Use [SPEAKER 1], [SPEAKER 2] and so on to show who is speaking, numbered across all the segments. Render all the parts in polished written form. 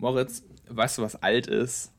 [SPEAKER 1] Moritz, weißt du, was alt ist?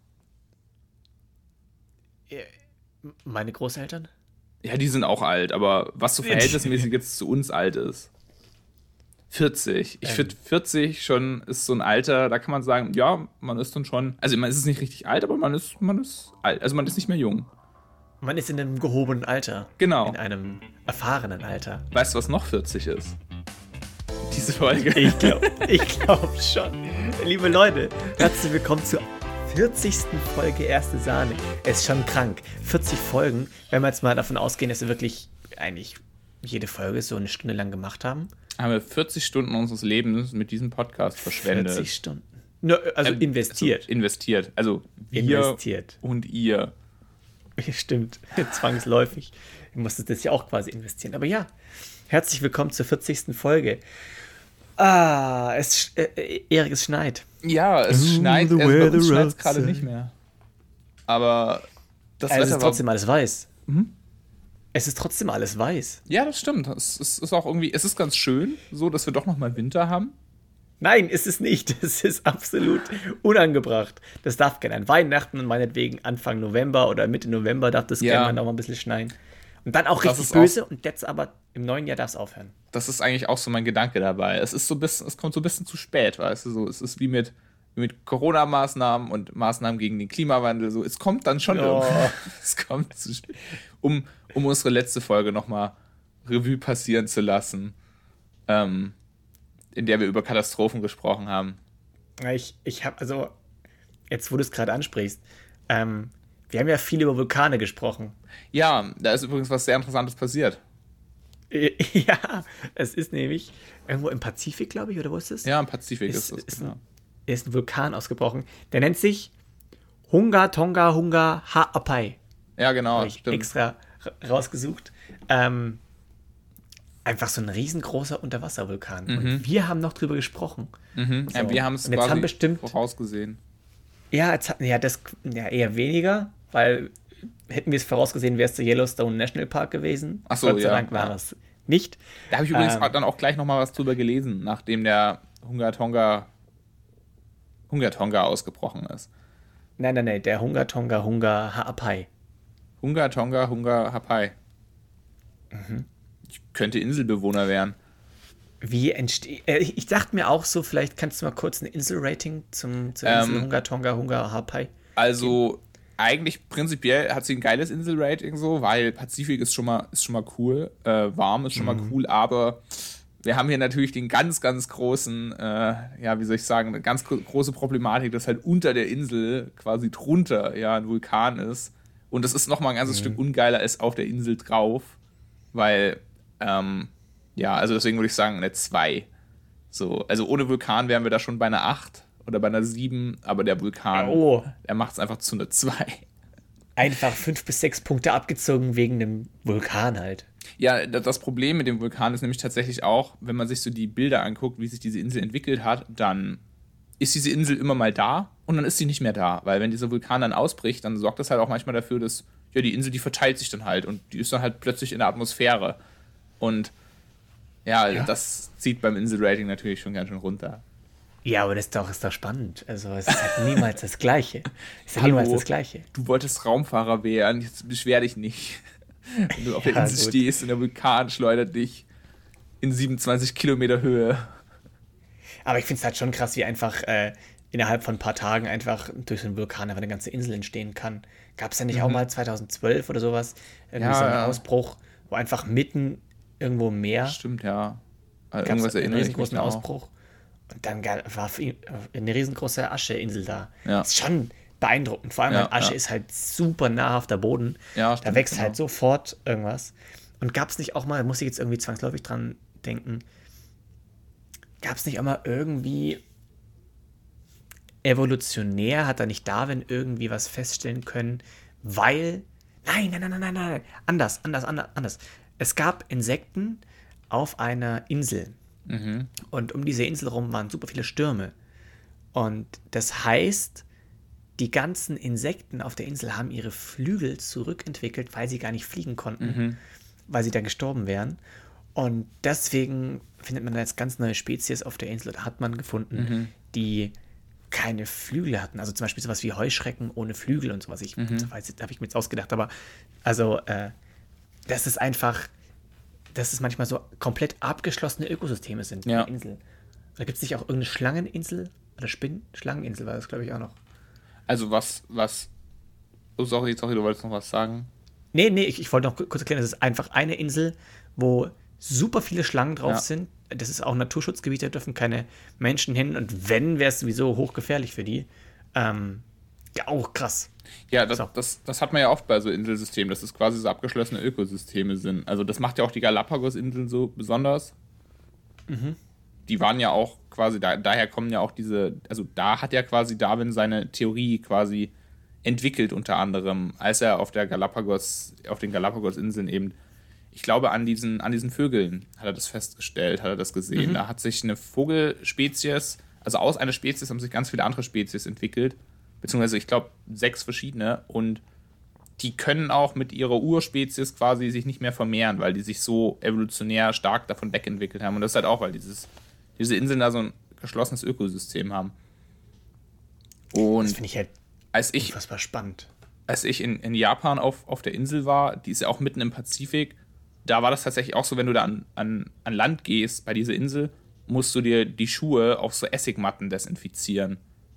[SPEAKER 2] Meine Großeltern?
[SPEAKER 1] Ja, die sind auch alt, aber was so verhältnismäßig jetzt zu uns alt ist. 40. Ich finde, 40 schon ist so ein Alter, da kann man sagen, ja, man ist dann schon, also man ist nicht richtig alt, aber man ist alt. Also man ist nicht mehr jung.
[SPEAKER 2] Man ist in einem gehobenen Alter.
[SPEAKER 1] Genau.
[SPEAKER 2] In einem erfahrenen Alter.
[SPEAKER 1] Weißt du, was noch 40 ist? Diese Folge.
[SPEAKER 2] Ich glaub schon. Liebe Leute, herzlich willkommen zur 40. Folge Erste Sahne. Es ist schon krank. 40 Folgen, wenn wir jetzt mal davon ausgehen, dass wir wirklich eigentlich jede Folge so eine Stunde lang gemacht haben.
[SPEAKER 1] Haben wir 40 Stunden unseres Lebens mit diesem Podcast verschwendet.
[SPEAKER 2] 40 Stunden. No, also investiert.
[SPEAKER 1] Also investiert. Also wir
[SPEAKER 2] investiert.
[SPEAKER 1] Und ihr.
[SPEAKER 2] Stimmt, zwangsläufig. Ihr musstet das ja auch quasi investieren. Aber ja, herzlich willkommen zur 40. Folge. Erik, es schneit.
[SPEAKER 1] Ja, es schneit. Also bei uns schneit es gerade nicht mehr. Aber das
[SPEAKER 2] es
[SPEAKER 1] Wetter
[SPEAKER 2] ist trotzdem alles weiß.
[SPEAKER 1] Mhm.
[SPEAKER 2] Es ist trotzdem alles weiß.
[SPEAKER 1] Ja, das stimmt. Es ist auch irgendwie, es ist ganz schön, so, dass wir doch noch mal Winter haben.
[SPEAKER 2] Nein, ist es nicht. Es ist absolut unangebracht. Das darf gerne an Weihnachten und meinetwegen Anfang November oder Mitte November darf das gerne mal noch mal ein bisschen schneien. Und dann auch richtig böse und jetzt aber im neuen Jahr darf es aufhören.
[SPEAKER 1] Das ist eigentlich auch so mein Gedanke dabei. Es kommt so ein bisschen zu spät, weißt du, so. Es ist wie mit Corona-Maßnahmen und Maßnahmen gegen den Klimawandel. So, es kommt dann schon es kommt zu spät. Um unsere letzte Folge nochmal Revue passieren zu lassen, in der wir über Katastrophen gesprochen haben.
[SPEAKER 2] Ich habe, also, jetzt wo du es gerade ansprichst, wir haben ja viel über Vulkane gesprochen.
[SPEAKER 1] Ja, da ist übrigens was sehr Interessantes passiert.
[SPEAKER 2] Ja, es ist nämlich irgendwo im Pazifik, glaube ich, oder wo ist es?
[SPEAKER 1] Ja, im Pazifik ist
[SPEAKER 2] ein Vulkan ausgebrochen. Der nennt sich Hunga Tonga Hunga Ha'apai.
[SPEAKER 1] Ja, genau,
[SPEAKER 2] habe ich
[SPEAKER 1] stimmt.
[SPEAKER 2] Extra rausgesucht. Einfach so ein riesengroßer Unterwasservulkan.
[SPEAKER 1] Mhm.
[SPEAKER 2] Und wir haben noch drüber gesprochen.
[SPEAKER 1] Mhm.
[SPEAKER 2] So.
[SPEAKER 1] Ja, wir haben es quasi vorausgesehen.
[SPEAKER 2] Ja, eher weniger, weil hätten wir es vorausgesehen, wäre es der Yellowstone National Park gewesen.
[SPEAKER 1] Ach so,
[SPEAKER 2] Gott sei Dank war es nicht.
[SPEAKER 1] Da habe ich übrigens dann auch gleich nochmal was drüber gelesen, nachdem der Hunga Tonga ausgebrochen ist.
[SPEAKER 2] Nein, der Hunga Tonga Hunga Ha'apai.
[SPEAKER 1] Hunga Tonga Hunga Ha'apai.
[SPEAKER 2] Mhm.
[SPEAKER 1] Ich könnte Inselbewohner werden.
[SPEAKER 2] Wie entsteht. Ich dachte mir auch so, vielleicht kannst du mal kurz ein Inselrating zur Insel Hunga Tonga Hunga Ha'apai.
[SPEAKER 1] Also, eigentlich prinzipiell hat sie ein geiles Inselrating so, weil Pazifik ist schon mal cool, warm ist schon mal cool, aber wir haben hier natürlich den ganz, ganz großen, wie soll ich sagen, eine ganz große Problematik, dass halt unter der Insel quasi drunter ein Vulkan ist. Und das ist nochmal ein ganzes Stück ungeiler als auf der Insel drauf, weil, also deswegen würde ich sagen, eine 2. So, also ohne Vulkan wären wir da schon bei einer 8 oder bei einer 7, aber der Vulkan, er macht es einfach zu einer 2.
[SPEAKER 2] Einfach 5 bis 6 Punkte abgezogen wegen dem Vulkan halt.
[SPEAKER 1] Ja, das Problem mit dem Vulkan ist nämlich tatsächlich auch, wenn man sich so die Bilder anguckt, wie sich diese Insel entwickelt hat, dann ist diese Insel immer mal da und dann ist sie nicht mehr da. Weil wenn dieser Vulkan dann ausbricht, dann sorgt das halt auch manchmal dafür, dass die Insel, die verteilt sich dann halt und die ist dann halt plötzlich in der Atmosphäre. Und das zieht beim Inselrating natürlich schon ganz schön runter.
[SPEAKER 2] Ja, aber das ist doch spannend. Also es ist halt niemals das Gleiche. Niemals das Gleiche.
[SPEAKER 1] Du wolltest Raumfahrer werden, jetzt beschwer dich nicht. Wenn du auf der Insel stehst und der Vulkan schleudert dich in 27 Kilometer Höhe.
[SPEAKER 2] Aber ich finde es halt schon krass, wie einfach innerhalb von ein paar Tagen einfach durch so einen Vulkan einfach eine ganze Insel entstehen kann. Gab es ja nicht auch mal 2012 oder sowas? Irgendwie so einen Ausbruch, wo einfach mitten irgendwo im Meer.
[SPEAKER 1] Stimmt, ja.
[SPEAKER 2] Also irgendwas erinnert mich. Einen riesengroßen Ausbruch. Und dann war eine riesengroße Ascheinsel da. Ja. Das ist schon beeindruckend. Vor allem, weil Asche ist halt super nah auf der Boden. Ja, stimmt, da wächst halt sofort irgendwas. Und gab es nicht auch mal, muss ich jetzt irgendwie zwangsläufig dran denken, gab es nicht auch mal irgendwie evolutionär, hat da nicht Darwin irgendwie was feststellen können, weil, nein, anders. Es gab Insekten auf einer Insel.
[SPEAKER 1] Mhm.
[SPEAKER 2] Und um diese Insel rum waren super viele Stürme. Und das heißt, die ganzen Insekten auf der Insel haben ihre Flügel zurückentwickelt, weil sie gar nicht fliegen konnten, weil sie dann gestorben wären. Und deswegen findet man jetzt ganz neue Spezies auf der Insel. Da hat man gefunden, die keine Flügel hatten. Also zum Beispiel sowas wie Heuschrecken ohne Flügel und sowas. Da habe ich mir jetzt ausgedacht. Aber also, das ist einfach, dass es manchmal so komplett abgeschlossene Ökosysteme sind, ja.
[SPEAKER 1] Inseln.
[SPEAKER 2] Da gibt es nicht auch irgendeine Schlangeninsel? Oder Schlangenininsel war das, glaube ich, auch noch.
[SPEAKER 1] Also oh, sorry, du wolltest noch was sagen?
[SPEAKER 2] Nee, ich wollte noch kurz erklären, es ist einfach eine Insel, wo super viele Schlangen drauf sind. Das ist auch ein Naturschutzgebiet, da dürfen keine Menschen hin. Und wenn, wäre es sowieso hochgefährlich für die. Ja, auch krass.
[SPEAKER 1] Ja, das hat man ja oft bei so Inselsystemen, dass es quasi so abgeschlossene Ökosysteme sind. Also das macht ja auch die Galapagos-Inseln so besonders. Mhm. Die waren ja auch quasi, daher kommen ja auch also da hat ja quasi Darwin seine Theorie quasi entwickelt, unter anderem, als er auf den Galapagos-Inseln eben, ich glaube, an diesen Vögeln hat er das festgestellt, hat er das gesehen. Mhm. Da hat sich eine Vogelspezies, also aus einer Spezies haben sich ganz viele andere Spezies entwickelt, beziehungsweise ich glaube 6 verschiedene, und die können auch mit ihrer Urspezies quasi sich nicht mehr vermehren, weil die sich so evolutionär stark davon wegentwickelt haben. Und das ist halt auch, weil diese Inseln da so ein geschlossenes Ökosystem haben. Und
[SPEAKER 2] das finde ich halt unfassbar spannend.
[SPEAKER 1] Als ich in Japan auf der Insel war, die ist ja auch mitten im Pazifik, da war das tatsächlich auch so, wenn du da an Land gehst bei dieser Insel, musst du dir die Schuhe auf so Essigmatten desinfizieren.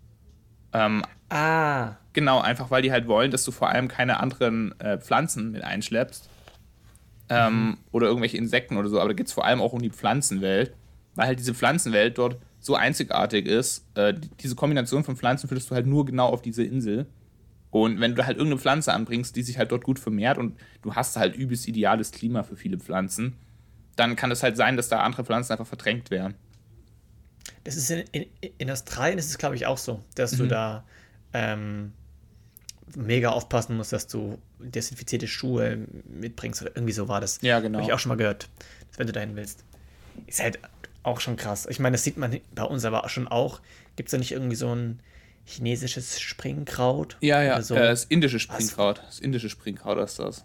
[SPEAKER 1] Genau, einfach weil die halt wollen, dass du vor allem keine anderen Pflanzen mit einschleppst. Oder irgendwelche Insekten oder so, aber da geht es vor allem auch um die Pflanzenwelt, weil halt diese Pflanzenwelt dort so einzigartig ist. Diese Kombination von Pflanzen findest du halt nur genau auf dieser Insel. Und wenn du halt irgendeine Pflanze anbringst, die sich halt dort gut vermehrt und du hast halt übelst ideales Klima für viele Pflanzen, dann kann es halt sein, dass da andere Pflanzen einfach verdrängt werden.
[SPEAKER 2] Das ist in Australien ist es, glaube ich, auch so, dass du da mega aufpassen musst, dass du desinfizierte Schuhe mitbringst oder irgendwie so war das.
[SPEAKER 1] Ja, genau.
[SPEAKER 2] Habe ich auch schon mal gehört, wenn du dahin willst. Ist halt auch schon krass. Ich meine, das sieht man bei uns aber schon auch. Gibt es da nicht irgendwie so ein chinesisches Springkraut?
[SPEAKER 1] Ja, so? Das indische Springkraut. Das indische Springkraut ist das.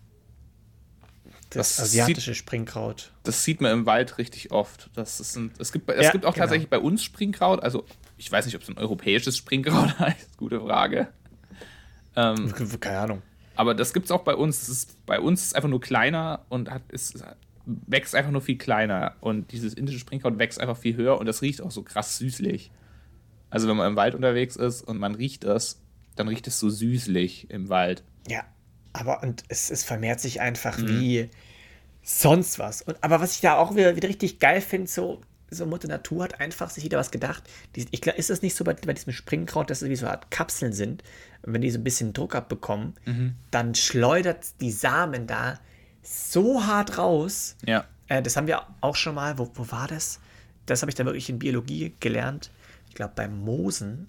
[SPEAKER 2] Das asiatische Springkraut.
[SPEAKER 1] Das sieht man im Wald richtig oft. Es gibt auch tatsächlich bei uns Springkraut. Also, ich weiß nicht, ob es ein europäisches Springkraut heißt. Gute Frage.
[SPEAKER 2] Keine Ahnung.
[SPEAKER 1] Aber das gibt es auch bei uns. Bei uns ist es einfach nur kleiner und wächst einfach nur viel kleiner. Und dieses indische Springkraut wächst einfach viel höher und das riecht auch so krass süßlich. Also wenn man im Wald unterwegs ist und man riecht es, dann riecht es so süßlich im Wald.
[SPEAKER 2] Ja, aber und es vermehrt sich einfach wie sonst was. Aber was ich da auch wieder richtig geil finde, so Mutter Natur hat einfach sich wieder was gedacht. Ist das nicht so bei diesem Springkraut, dass es wie so eine Art Kapseln sind? Und wenn die so ein bisschen Druck abbekommen, dann schleudert die Samen da so hart raus.
[SPEAKER 1] Ja.
[SPEAKER 2] Das haben wir auch schon mal, wo war das? Das habe ich dann wirklich in Biologie gelernt. Ich glaube, bei Moosen,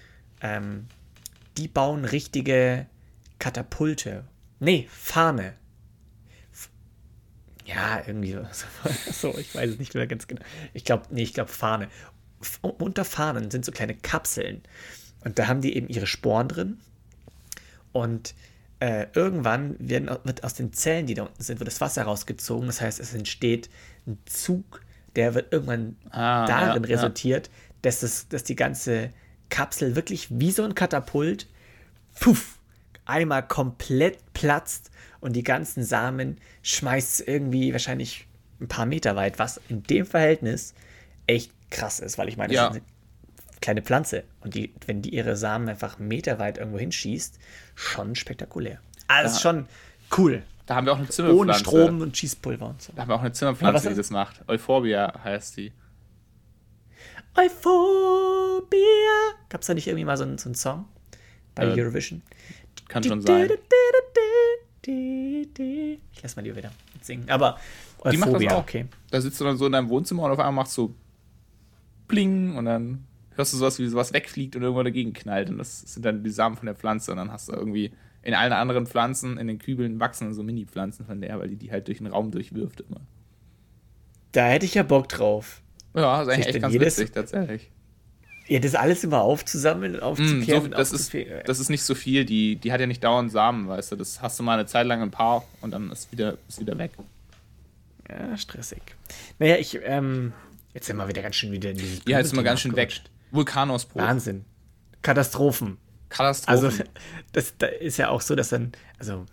[SPEAKER 2] die bauen richtige Katapulte. Nee, Fahne. Ja, irgendwie so. Ich weiß es nicht mehr ganz genau. Ich glaube Fahne. Unter Fahnen sind so kleine Kapseln. Und da haben die eben ihre Sporen drin. Und irgendwann wird aus den Zellen, die da unten sind, wird das Wasser rausgezogen. Das heißt, es entsteht ein Zug, der wird irgendwann darin resultiert, dass die ganze Kapsel wirklich wie so ein Katapult einmal komplett platzt und die ganzen Samen schmeißt es irgendwie wahrscheinlich ein paar Meter weit, was in dem Verhältnis echt krass ist, weil ich meine, das ist eine kleine Pflanze und wenn die ihre Samen einfach meterweit irgendwo hinschießt, schon spektakulär. Also schon cool.
[SPEAKER 1] Da haben wir auch eine Zimmerpflanze.
[SPEAKER 2] Ohne Strom und Schießpulver und so.
[SPEAKER 1] Da haben wir auch eine Zimmerpflanze, die das macht. Euphorbia heißt die.
[SPEAKER 2] Euphorbia. Gab es da nicht irgendwie mal so einen Song bei Eurovision?
[SPEAKER 1] Kann schon sein.
[SPEAKER 2] Ich lass mal die wieder singen. Aber
[SPEAKER 1] Euphorbia, die macht das auch. Okay. Da sitzt du dann so in deinem Wohnzimmer und auf einmal machst du Bling und dann hörst du sowas, wie sowas wegfliegt und irgendwo dagegen knallt. Und das sind dann die Samen von der Pflanze. Und dann hast du irgendwie in allen anderen Pflanzen, in den Kübeln wachsen so Mini-Pflanzen von der, weil die halt durch den Raum durchwirft immer.
[SPEAKER 2] Da hätte ich ja Bock drauf.
[SPEAKER 1] Ja, das ist eigentlich echt ganz witzig, tatsächlich.
[SPEAKER 2] Ja, das alles immer aufzusammeln und aufzukehren.
[SPEAKER 1] Das ist nicht so viel, die hat ja nicht dauernd Samen, weißt du. Das hast du mal eine Zeit lang ein paar und dann ist wieder weg.
[SPEAKER 2] Ja, stressig. Naja, jetzt sind wir wieder ganz schön wieder in dieses
[SPEAKER 1] jetzt sind wir ganz schön weg. Vulkanausbruch.
[SPEAKER 2] Wahnsinn. Katastrophen. Also, das ist ja auch so, dass dann, also,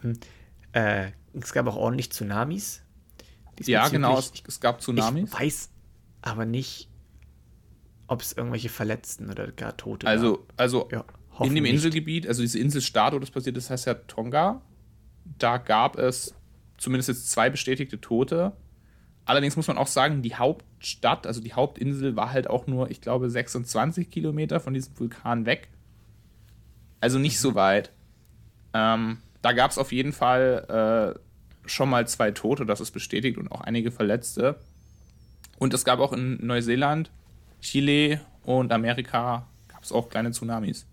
[SPEAKER 2] es gab auch ordentlich Tsunamis.
[SPEAKER 1] Ja, genau, es gab Tsunamis.
[SPEAKER 2] Ich weiß aber nicht, ob es irgendwelche Verletzten oder gar Tote
[SPEAKER 1] gab. Also
[SPEAKER 2] ja,
[SPEAKER 1] in dem Inselgebiet, also diese Inselstaat, wo das passiert ist, heißt ja Tonga. Da gab es zumindest jetzt 2 bestätigte Tote. Allerdings muss man auch sagen, die Hauptstadt, also die Hauptinsel, war halt auch nur, ich glaube, 26 Kilometer von diesem Vulkan weg. Also nicht so weit. Da gab es auf jeden Fall schon mal 2 Tote, das ist bestätigt, und auch einige Verletzte. Und es gab auch in Neuseeland, Chile und Amerika gab es auch kleine Tsunamis.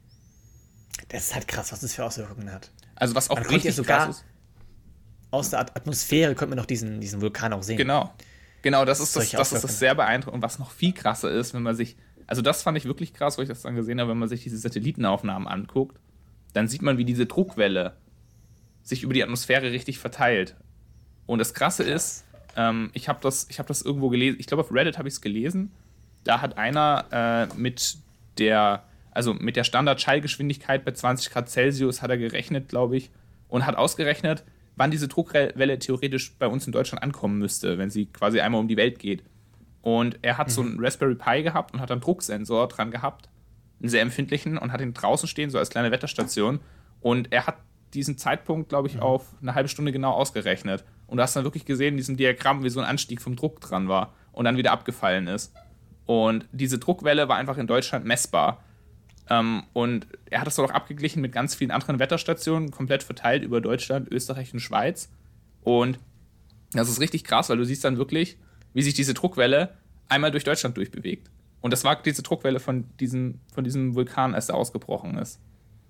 [SPEAKER 2] Das ist halt krass, was das für Auswirkungen hat.
[SPEAKER 1] Also was auch richtig krass ist.
[SPEAKER 2] Aus der Atmosphäre könnte man noch diesen Vulkan auch sehen.
[SPEAKER 1] Genau, das ist das sehr beeindruckend. Und was noch viel krasser ist, wenn man sich, also das fand ich wirklich krass, wo ich das dann gesehen habe, wenn man sich diese Satellitenaufnahmen anguckt, dann sieht man, wie diese Druckwelle sich über die Atmosphäre richtig verteilt. Und das Krasse ist, ich habe das irgendwo gelesen, ich glaube auf Reddit habe ich es gelesen, da hat einer mit der Standardschallgeschwindigkeit bei 20 Grad Celsius hat er gerechnet, glaube ich, und hat ausgerechnet, wann diese Druckwelle theoretisch bei uns in Deutschland ankommen müsste, wenn sie quasi einmal um die Welt geht. Und er hat so einen Raspberry Pi gehabt und hat einen Drucksensor dran gehabt, einen sehr empfindlichen, und hat ihn draußen stehen, so als kleine Wetterstation. Und er hat diesen Zeitpunkt, glaube ich, auf eine halbe Stunde genau ausgerechnet. Und du hast dann wirklich gesehen in diesem Diagramm, wie so ein Anstieg vom Druck dran war und dann wieder abgefallen ist. Und diese Druckwelle war einfach in Deutschland messbar. Und er hat das doch abgeglichen mit ganz vielen anderen Wetterstationen, komplett verteilt über Deutschland, Österreich und Schweiz. Und das ist richtig krass, weil du siehst dann wirklich, wie sich diese Druckwelle einmal durch Deutschland durchbewegt. Und das war diese Druckwelle von diesem Vulkan, als er ausgebrochen ist.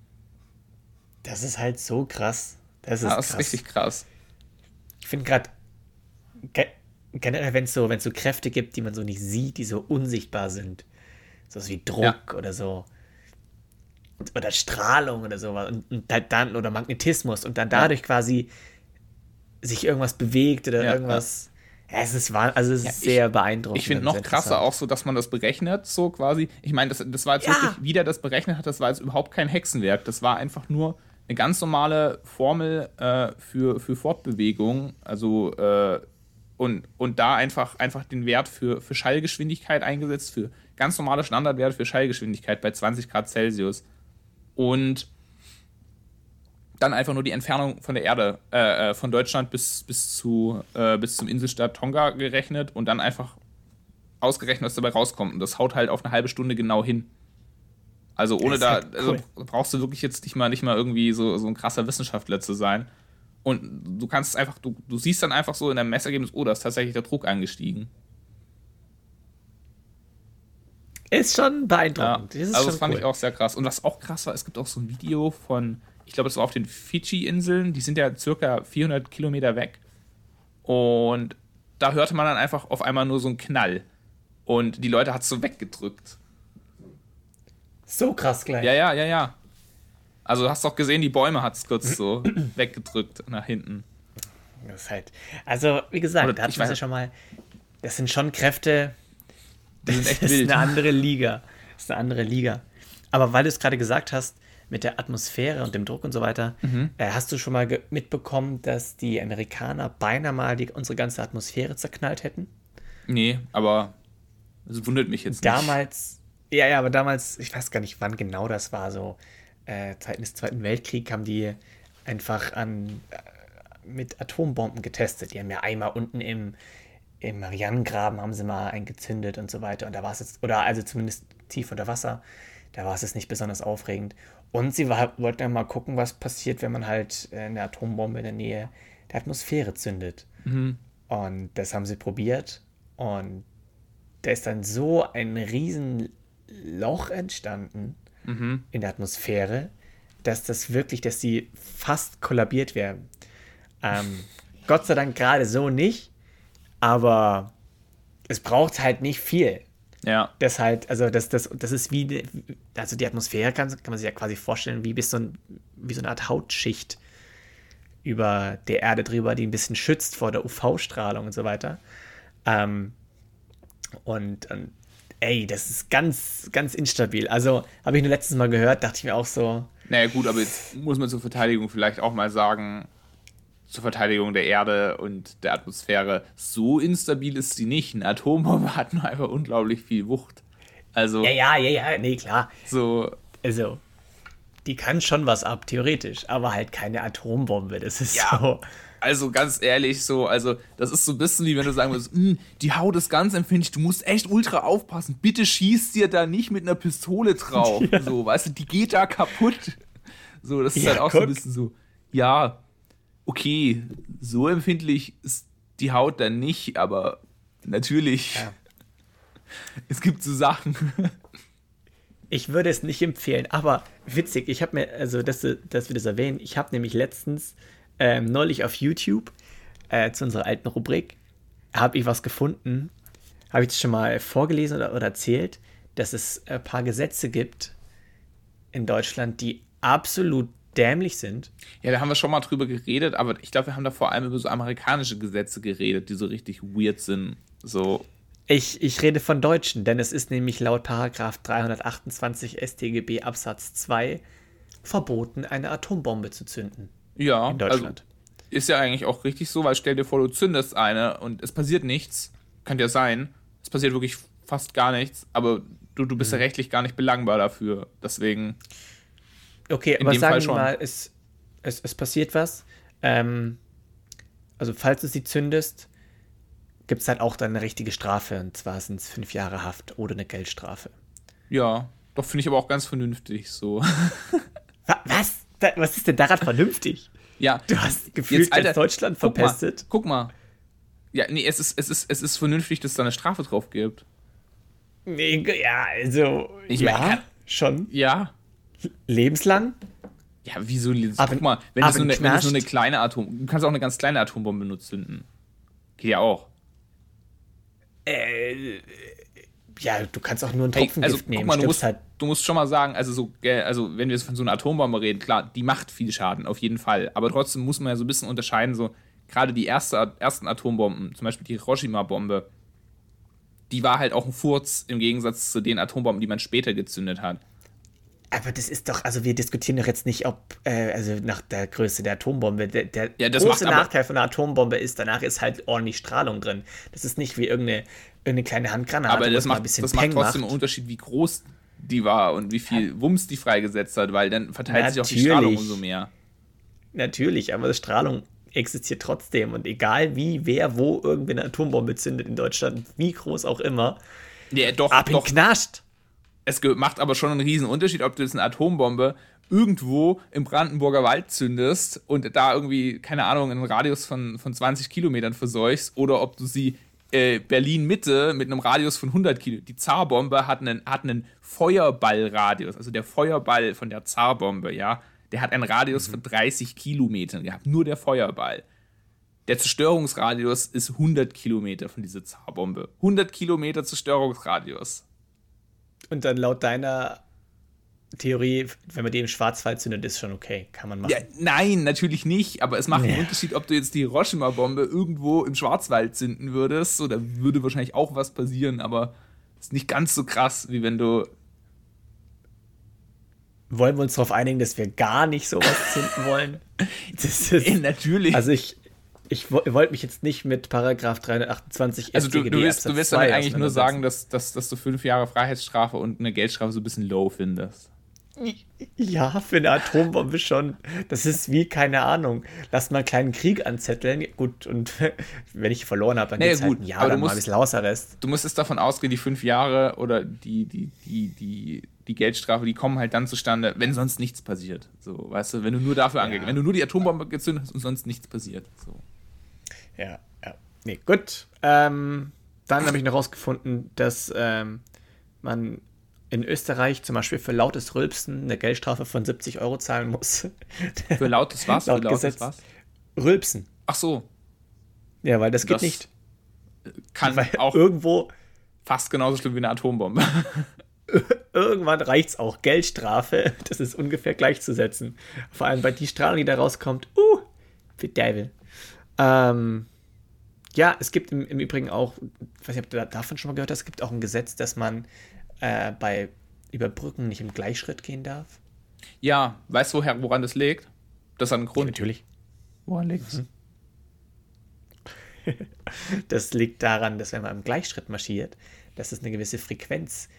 [SPEAKER 2] Das ist halt so krass. Das
[SPEAKER 1] ist richtig krass.
[SPEAKER 2] Ich finde gerade generell, wenn es so Kräfte gibt, die man so nicht sieht, die so unsichtbar sind, sowas wie Druck oder so, oder Strahlung oder sowas, und dann, oder Magnetismus, und dann dadurch quasi sich irgendwas bewegt oder irgendwas. Ja, es ist sehr beeindruckend.
[SPEAKER 1] Ich finde noch krasser auch so, dass man das berechnet, so quasi. Ich meine, das war jetzt wirklich, wie der das berechnet hat, das war jetzt überhaupt kein Hexenwerk. Das war einfach nur eine ganz normale Formel für Fortbewegung. Also, und da einfach den Wert für Schallgeschwindigkeit eingesetzt, für ganz normale Standardwerte für Schallgeschwindigkeit bei 20 Grad Celsius. Und dann einfach nur die Entfernung von der Erde, von Deutschland bis zum Inselstaat Tonga gerechnet und dann einfach ausgerechnet, was dabei rauskommt. Und das haut halt auf eine halbe Stunde genau hin. Also ohne brauchst du wirklich jetzt nicht mal irgendwie so ein krasser Wissenschaftler zu sein. Und du kannst es einfach, du siehst dann einfach so in deinem Messergebnis, da ist tatsächlich der Druck angestiegen.
[SPEAKER 2] Ist schon beeindruckend.
[SPEAKER 1] Ja, das fand ich auch sehr krass. Und was auch krass war, es gibt auch so ein Video von, ich glaube, das war auf den Fidschi-Inseln, die sind ja circa 400 Kilometer weg. Und da hörte man dann einfach auf einmal nur so einen Knall. Und die Leute hat es so weggedrückt.
[SPEAKER 2] So krass gleich.
[SPEAKER 1] Ja. Also du hast doch gesehen, die Bäume hat es kurz so weggedrückt nach hinten.
[SPEAKER 2] Das ist halt, also wie gesagt, da hatten wir ja schon mal, das sind schon Kräfte, das ist eine andere Liga. Aber weil du es gerade gesagt hast, mit der Atmosphäre und dem Druck und so weiter, hast du schon mal mitbekommen, dass die Amerikaner beinahe mal unsere ganze Atmosphäre zerknallt hätten?
[SPEAKER 1] Nee, aber das wundert mich jetzt
[SPEAKER 2] nicht. Aber damals, ich weiß gar nicht, wann genau das war, so Zeiten des Zweiten Weltkriegs haben die einfach mit Atombomben getestet. Die haben ja einmal unten im Marianengraben haben sie mal eingezündet und so weiter. Und da war es jetzt, oder also zumindest tief unter Wasser, da war es jetzt nicht besonders aufregend. Und sie wollten ja mal gucken, was passiert, wenn man halt eine Atombombe in der Nähe der Atmosphäre zündet. Mhm. Und das haben sie probiert. Und da ist dann so ein riesen Loch entstanden in der Atmosphäre, dass sie fast kollabiert wären. Gott sei Dank gerade so nicht, aber es braucht halt nicht viel.
[SPEAKER 1] Ja.
[SPEAKER 2] Das halt, also das ist wie, also die Atmosphäre kann man sich ja quasi vorstellen, wie so eine Art Hautschicht über der Erde drüber, die ein bisschen schützt vor der UV-Strahlung und so weiter. Und ey, das ist ganz, ganz instabil. Also, habe ich nur letztes Mal gehört, dachte ich mir auch so.
[SPEAKER 1] Naja, gut, aber jetzt muss man zur Verteidigung vielleicht auch mal sagen, zur Verteidigung der Erde und der Atmosphäre, so instabil ist sie nicht. Eine Atombombe hat nur einfach unglaublich viel Wucht. Also.
[SPEAKER 2] Ja, nee, klar.
[SPEAKER 1] So.
[SPEAKER 2] Also, die kann schon was ab, theoretisch, aber halt keine Atombombe. Das ist so.
[SPEAKER 1] Also ganz ehrlich, das ist so ein bisschen wie wenn du sagen würdest, die Haut ist ganz empfindlich, du musst echt ultra aufpassen, bitte schieß dir da nicht mit einer Pistole drauf. Ja. So, weißt du, die geht da kaputt. So, das ist halt auch so ein bisschen so, ja, okay, so empfindlich ist die Haut dann nicht, aber natürlich, es gibt so Sachen.
[SPEAKER 2] Ich würde es nicht empfehlen, aber witzig, ich habe mir, also dass wir das erwähnen, ich habe nämlich letztens neulich auf YouTube zu unserer alten Rubrik habe ich was gefunden, habe ich das schon mal vorgelesen oder erzählt, dass es ein paar Gesetze gibt in Deutschland, die absolut dämlich sind.
[SPEAKER 1] Ja, da haben wir schon mal drüber geredet, aber ich glaube, wir haben da vor allem über so amerikanische Gesetze geredet, die so richtig weird sind. So.
[SPEAKER 2] Ich rede von Deutschen, denn es ist nämlich laut Paragraph 328 StGB Absatz 2 verboten, eine Atombombe zu zünden.
[SPEAKER 1] Ja,
[SPEAKER 2] in Deutschland.
[SPEAKER 1] Also ist ja eigentlich auch richtig so, weil stell dir vor, du zündest eine und es passiert nichts. Könnte ja sein. Es passiert wirklich fast gar nichts, aber du bist ja rechtlich gar nicht belangbar dafür. Deswegen.
[SPEAKER 2] Okay, aber sagen wir mal, es passiert was. Also, falls du sie zündest, gibt es halt auch dann eine richtige Strafe. Und zwar sind es 5 Jahre Haft oder eine Geldstrafe.
[SPEAKER 1] Ja, doch finde ich aber auch ganz vernünftig so.
[SPEAKER 2] Was? Was ist denn daran vernünftig?
[SPEAKER 1] Ja.
[SPEAKER 2] Du hast gefühlt ganz Deutschland verpestet.
[SPEAKER 1] Guck mal. Ja, nee, es ist vernünftig, dass es da eine Strafe drauf gibt.
[SPEAKER 2] Nee, ja, also. Ich meine, schon.
[SPEAKER 1] Ja.
[SPEAKER 2] Lebenslang?
[SPEAKER 1] Ja, wieso? Guck mal, wenn du so eine kleine du kannst auch eine ganz kleine Atombombe nutzen. Geht ja auch.
[SPEAKER 2] Ja, du kannst auch nur einen Tropfen Gift nehmen.
[SPEAKER 1] Guck mal, du musst schon mal sagen, also wenn wir jetzt von so einer Atombombe reden, klar, die macht viel Schaden, auf jeden Fall. Aber trotzdem muss man ja so ein bisschen unterscheiden, so gerade die ersten Atombomben, zum Beispiel die Hiroshima-Bombe, die war halt auch ein Furz im Gegensatz zu den Atombomben, die man später gezündet hat.
[SPEAKER 2] Aber das ist doch, also wir diskutieren doch jetzt nicht, also nach der Größe der Atombombe. Der große Nachteil von einer Atombombe ist, danach ist halt ordentlich Strahlung drin. Das ist nicht wie irgendeine kleine Handgranate.
[SPEAKER 1] Aber das macht trotzdem einen Unterschied, wie groß die war und wie viel Wumms die freigesetzt hat, weil dann verteilt sich auch die Strahlung umso mehr.
[SPEAKER 2] Natürlich, aber die Strahlung existiert trotzdem. Und egal wie, wer, wo irgendwie eine Atombombe zündet in Deutschland, wie groß auch immer, knascht.
[SPEAKER 1] Es macht aber schon einen riesen Unterschied, ob du jetzt eine Atombombe irgendwo im Brandenburger Wald zündest und da irgendwie, keine Ahnung, einen Radius von 20 Kilometern verseuchst oder ob du sie Berlin-Mitte mit einem Radius von 100 Kilometern. Die Zarbombe hat einen Feuerballradius, also der Feuerball von der Zarbombe, ja, der hat einen Radius von 30 Kilometern gehabt, nur der Feuerball. Der Zerstörungsradius ist 100 Kilometer von dieser Zarbombe. 100 Kilometer Zerstörungsradius.
[SPEAKER 2] Und dann laut deiner Theorie, wenn man die im Schwarzwald zündet, ist schon okay, kann man machen. Ja,
[SPEAKER 1] nein, natürlich nicht, aber es macht einen Unterschied, ob du jetzt die Hiroshima-Bombe irgendwo im Schwarzwald zünden würdest, so, da würde wahrscheinlich auch was passieren, aber ist nicht ganz so krass, wie wenn du...
[SPEAKER 2] Wollen wir uns darauf einigen, dass wir gar nicht sowas zünden wollen?
[SPEAKER 1] Natürlich.
[SPEAKER 2] Also ich wollte mich jetzt nicht mit Paragraph 328
[SPEAKER 1] Also du willst damit eigentlich nur sagen, dass du 5 Jahre Freiheitsstrafe und eine Geldstrafe so ein bisschen low findest.
[SPEAKER 2] Ja, für eine Atombombe schon. Das ist wie, keine Ahnung, lass mal einen kleinen Krieg anzetteln. Gut, und wenn ich verloren habe, dann geht's halt ein Jahr, dann mal ein bisschen Hausarrest.
[SPEAKER 1] Du musst jetzt davon ausgehen, die 5 Jahre oder die Geldstrafe, die kommen halt dann zustande, wenn sonst nichts passiert. So, weißt du, wenn du nur dafür wenn du nur die Atombombe gezündet hast und sonst nichts passiert. So.
[SPEAKER 2] Ja. Nee, gut. Dann habe ich noch rausgefunden, dass man in Österreich zum Beispiel für lautes Rülpsen eine Geldstrafe von 70 € zahlen muss.
[SPEAKER 1] Für lautes was?
[SPEAKER 2] Laut Gesetz. Was? Rülpsen.
[SPEAKER 1] Ach so.
[SPEAKER 2] Ja, weil das geht nicht.
[SPEAKER 1] Kann
[SPEAKER 2] weil
[SPEAKER 1] auch
[SPEAKER 2] irgendwo
[SPEAKER 1] fast genauso schlimm wie eine Atombombe.
[SPEAKER 2] Irgendwann reicht es auch. Geldstrafe, das ist ungefähr gleichzusetzen. Vor allem bei die Strahlung, die da rauskommt. Für Devil. Ja, es gibt im Übrigen auch, ich weiß nicht, ob du davon schon mal gehört hast, es gibt auch ein Gesetz, dass man über Brücken nicht im Gleichschritt gehen darf.
[SPEAKER 1] Ja, weißt du, woran das liegt? Das hat einen Grund.
[SPEAKER 2] Ja, natürlich.
[SPEAKER 1] Woran liegt es?
[SPEAKER 2] Das liegt daran, dass wenn man im Gleichschritt marschiert, dass es eine gewisse Frequenz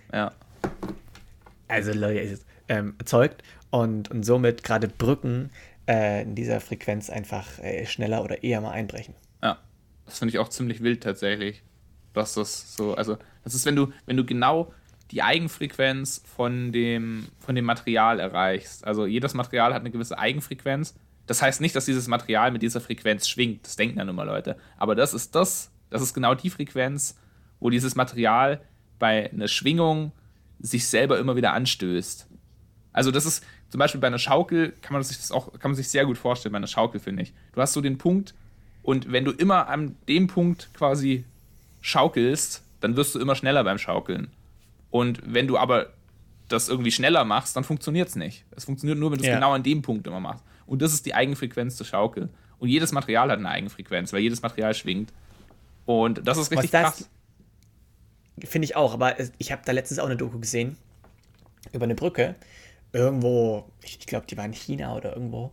[SPEAKER 2] erzeugt und somit gerade Brücken in dieser Frequenz einfach schneller oder eher mal einbrechen.
[SPEAKER 1] Ja, das finde ich auch ziemlich wild tatsächlich. Dass das so, also das ist, wenn du genau die Eigenfrequenz von dem Material erreichst. Also jedes Material hat eine gewisse Eigenfrequenz. Das heißt nicht, dass dieses Material mit dieser Frequenz schwingt. Das denken ja nun mal Leute. Aber das ist genau die Frequenz, wo dieses Material bei einer Schwingung sich selber immer wieder anstößt. Also das ist zum Beispiel bei einer Schaukel, kann man sich sehr gut vorstellen, bei einer Schaukel, finde ich. Du hast so den Punkt, und wenn du immer an dem Punkt quasi schaukelst, dann wirst du immer schneller beim Schaukeln. Und wenn du aber das irgendwie schneller machst, dann funktioniert es nicht. Es funktioniert nur, wenn du es genau an dem Punkt immer machst. Und das ist die Eigenfrequenz der Schaukel. Und jedes Material hat eine Eigenfrequenz, weil jedes Material schwingt. Und das ist richtig krass.
[SPEAKER 2] Finde ich auch, aber ich habe da letztens auch eine Doku gesehen über eine Brücke. Irgendwo, ich glaube, die war in China oder irgendwo.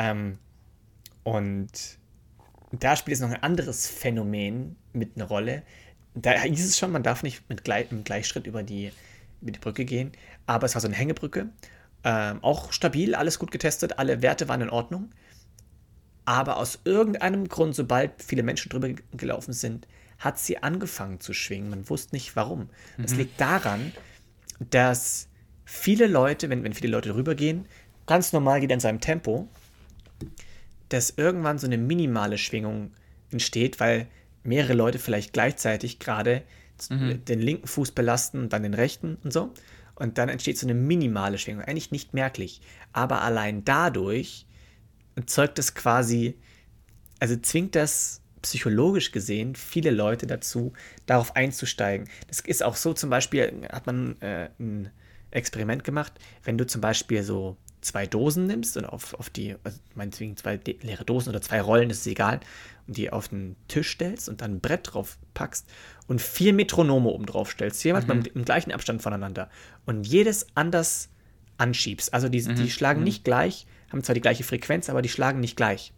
[SPEAKER 2] Und da spielt jetzt noch ein anderes Phänomen mit einer Rolle. Da hieß es schon, man darf nicht im Gleichschritt über die Brücke gehen. Aber es war so eine Hängebrücke. Auch stabil, alles gut getestet, alle Werte waren in Ordnung. Aber aus irgendeinem Grund, sobald viele Menschen drüber gelaufen sind, hat sie angefangen zu schwingen. Man wusste nicht, warum. Das liegt daran, dass viele Leute, wenn viele Leute drüber gehen, ganz normal geht er in seinem Tempo, dass irgendwann so eine minimale Schwingung entsteht, weil mehrere Leute vielleicht gleichzeitig gerade den linken Fuß belasten und dann den rechten und so. Und dann entsteht so eine minimale Schwingung. Eigentlich nicht merklich. Aber allein dadurch erzeugt es quasi, also zwingt das psychologisch gesehen viele Leute dazu, darauf einzusteigen. Das ist auch so, zum Beispiel hat man ein Experiment gemacht, wenn du zum Beispiel so 2 Dosen nimmst und auf die, also meinetwegen 2 leere Dosen oder 2 Rollen, das ist egal, und die auf den Tisch stellst und dann ein Brett drauf packst und 4 Metronome oben drauf stellst, jeweils mal im gleichen Abstand voneinander und jedes anders anschiebst. Also die schlagen nicht gleich, haben zwar die gleiche Frequenz, aber die schlagen nicht gleich.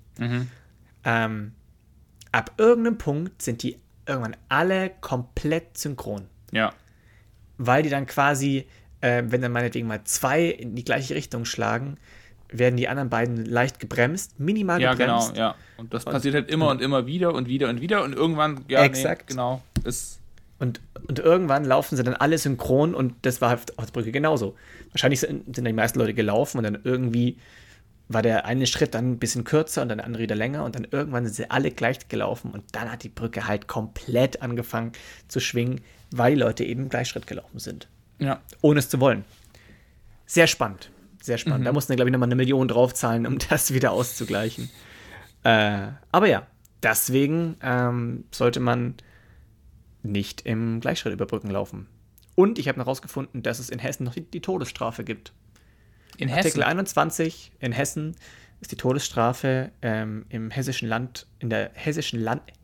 [SPEAKER 2] Ab irgendeinem Punkt sind die irgendwann alle komplett synchron.
[SPEAKER 1] Ja.
[SPEAKER 2] Weil die dann quasi, wenn dann meinetwegen mal 2 in die gleiche Richtung schlagen, werden die anderen beiden leicht gebremst, minimal gebremst.
[SPEAKER 1] Ja, genau, ja. Und das passiert halt immer und immer wieder und wieder und wieder und irgendwann, ja,
[SPEAKER 2] exakt.
[SPEAKER 1] Nee, genau. Und
[SPEAKER 2] irgendwann laufen sie dann alle synchron und das war halt auf der Brücke genauso. Wahrscheinlich sind die meisten Leute gelaufen und dann irgendwie war der eine Schritt dann ein bisschen kürzer und dann der andere wieder länger und dann irgendwann sind sie alle gleich gelaufen und dann hat die Brücke halt komplett angefangen zu schwingen, weil die Leute eben im Gleichschritt gelaufen sind.
[SPEAKER 1] Ja.
[SPEAKER 2] Ohne es zu wollen. Sehr spannend. Sehr spannend. Da mussten wir, glaube ich, nochmal 1 Million draufzahlen, um das wieder auszugleichen. Aber ja, deswegen sollte man nicht im Gleichschritt über Brücken laufen. Und ich habe noch herausgefunden, dass es in Hessen noch die Todesstrafe gibt.
[SPEAKER 1] In Hessen?
[SPEAKER 2] Artikel 21 in Hessen ist die Todesstrafe im hessischen Land, in der hessischen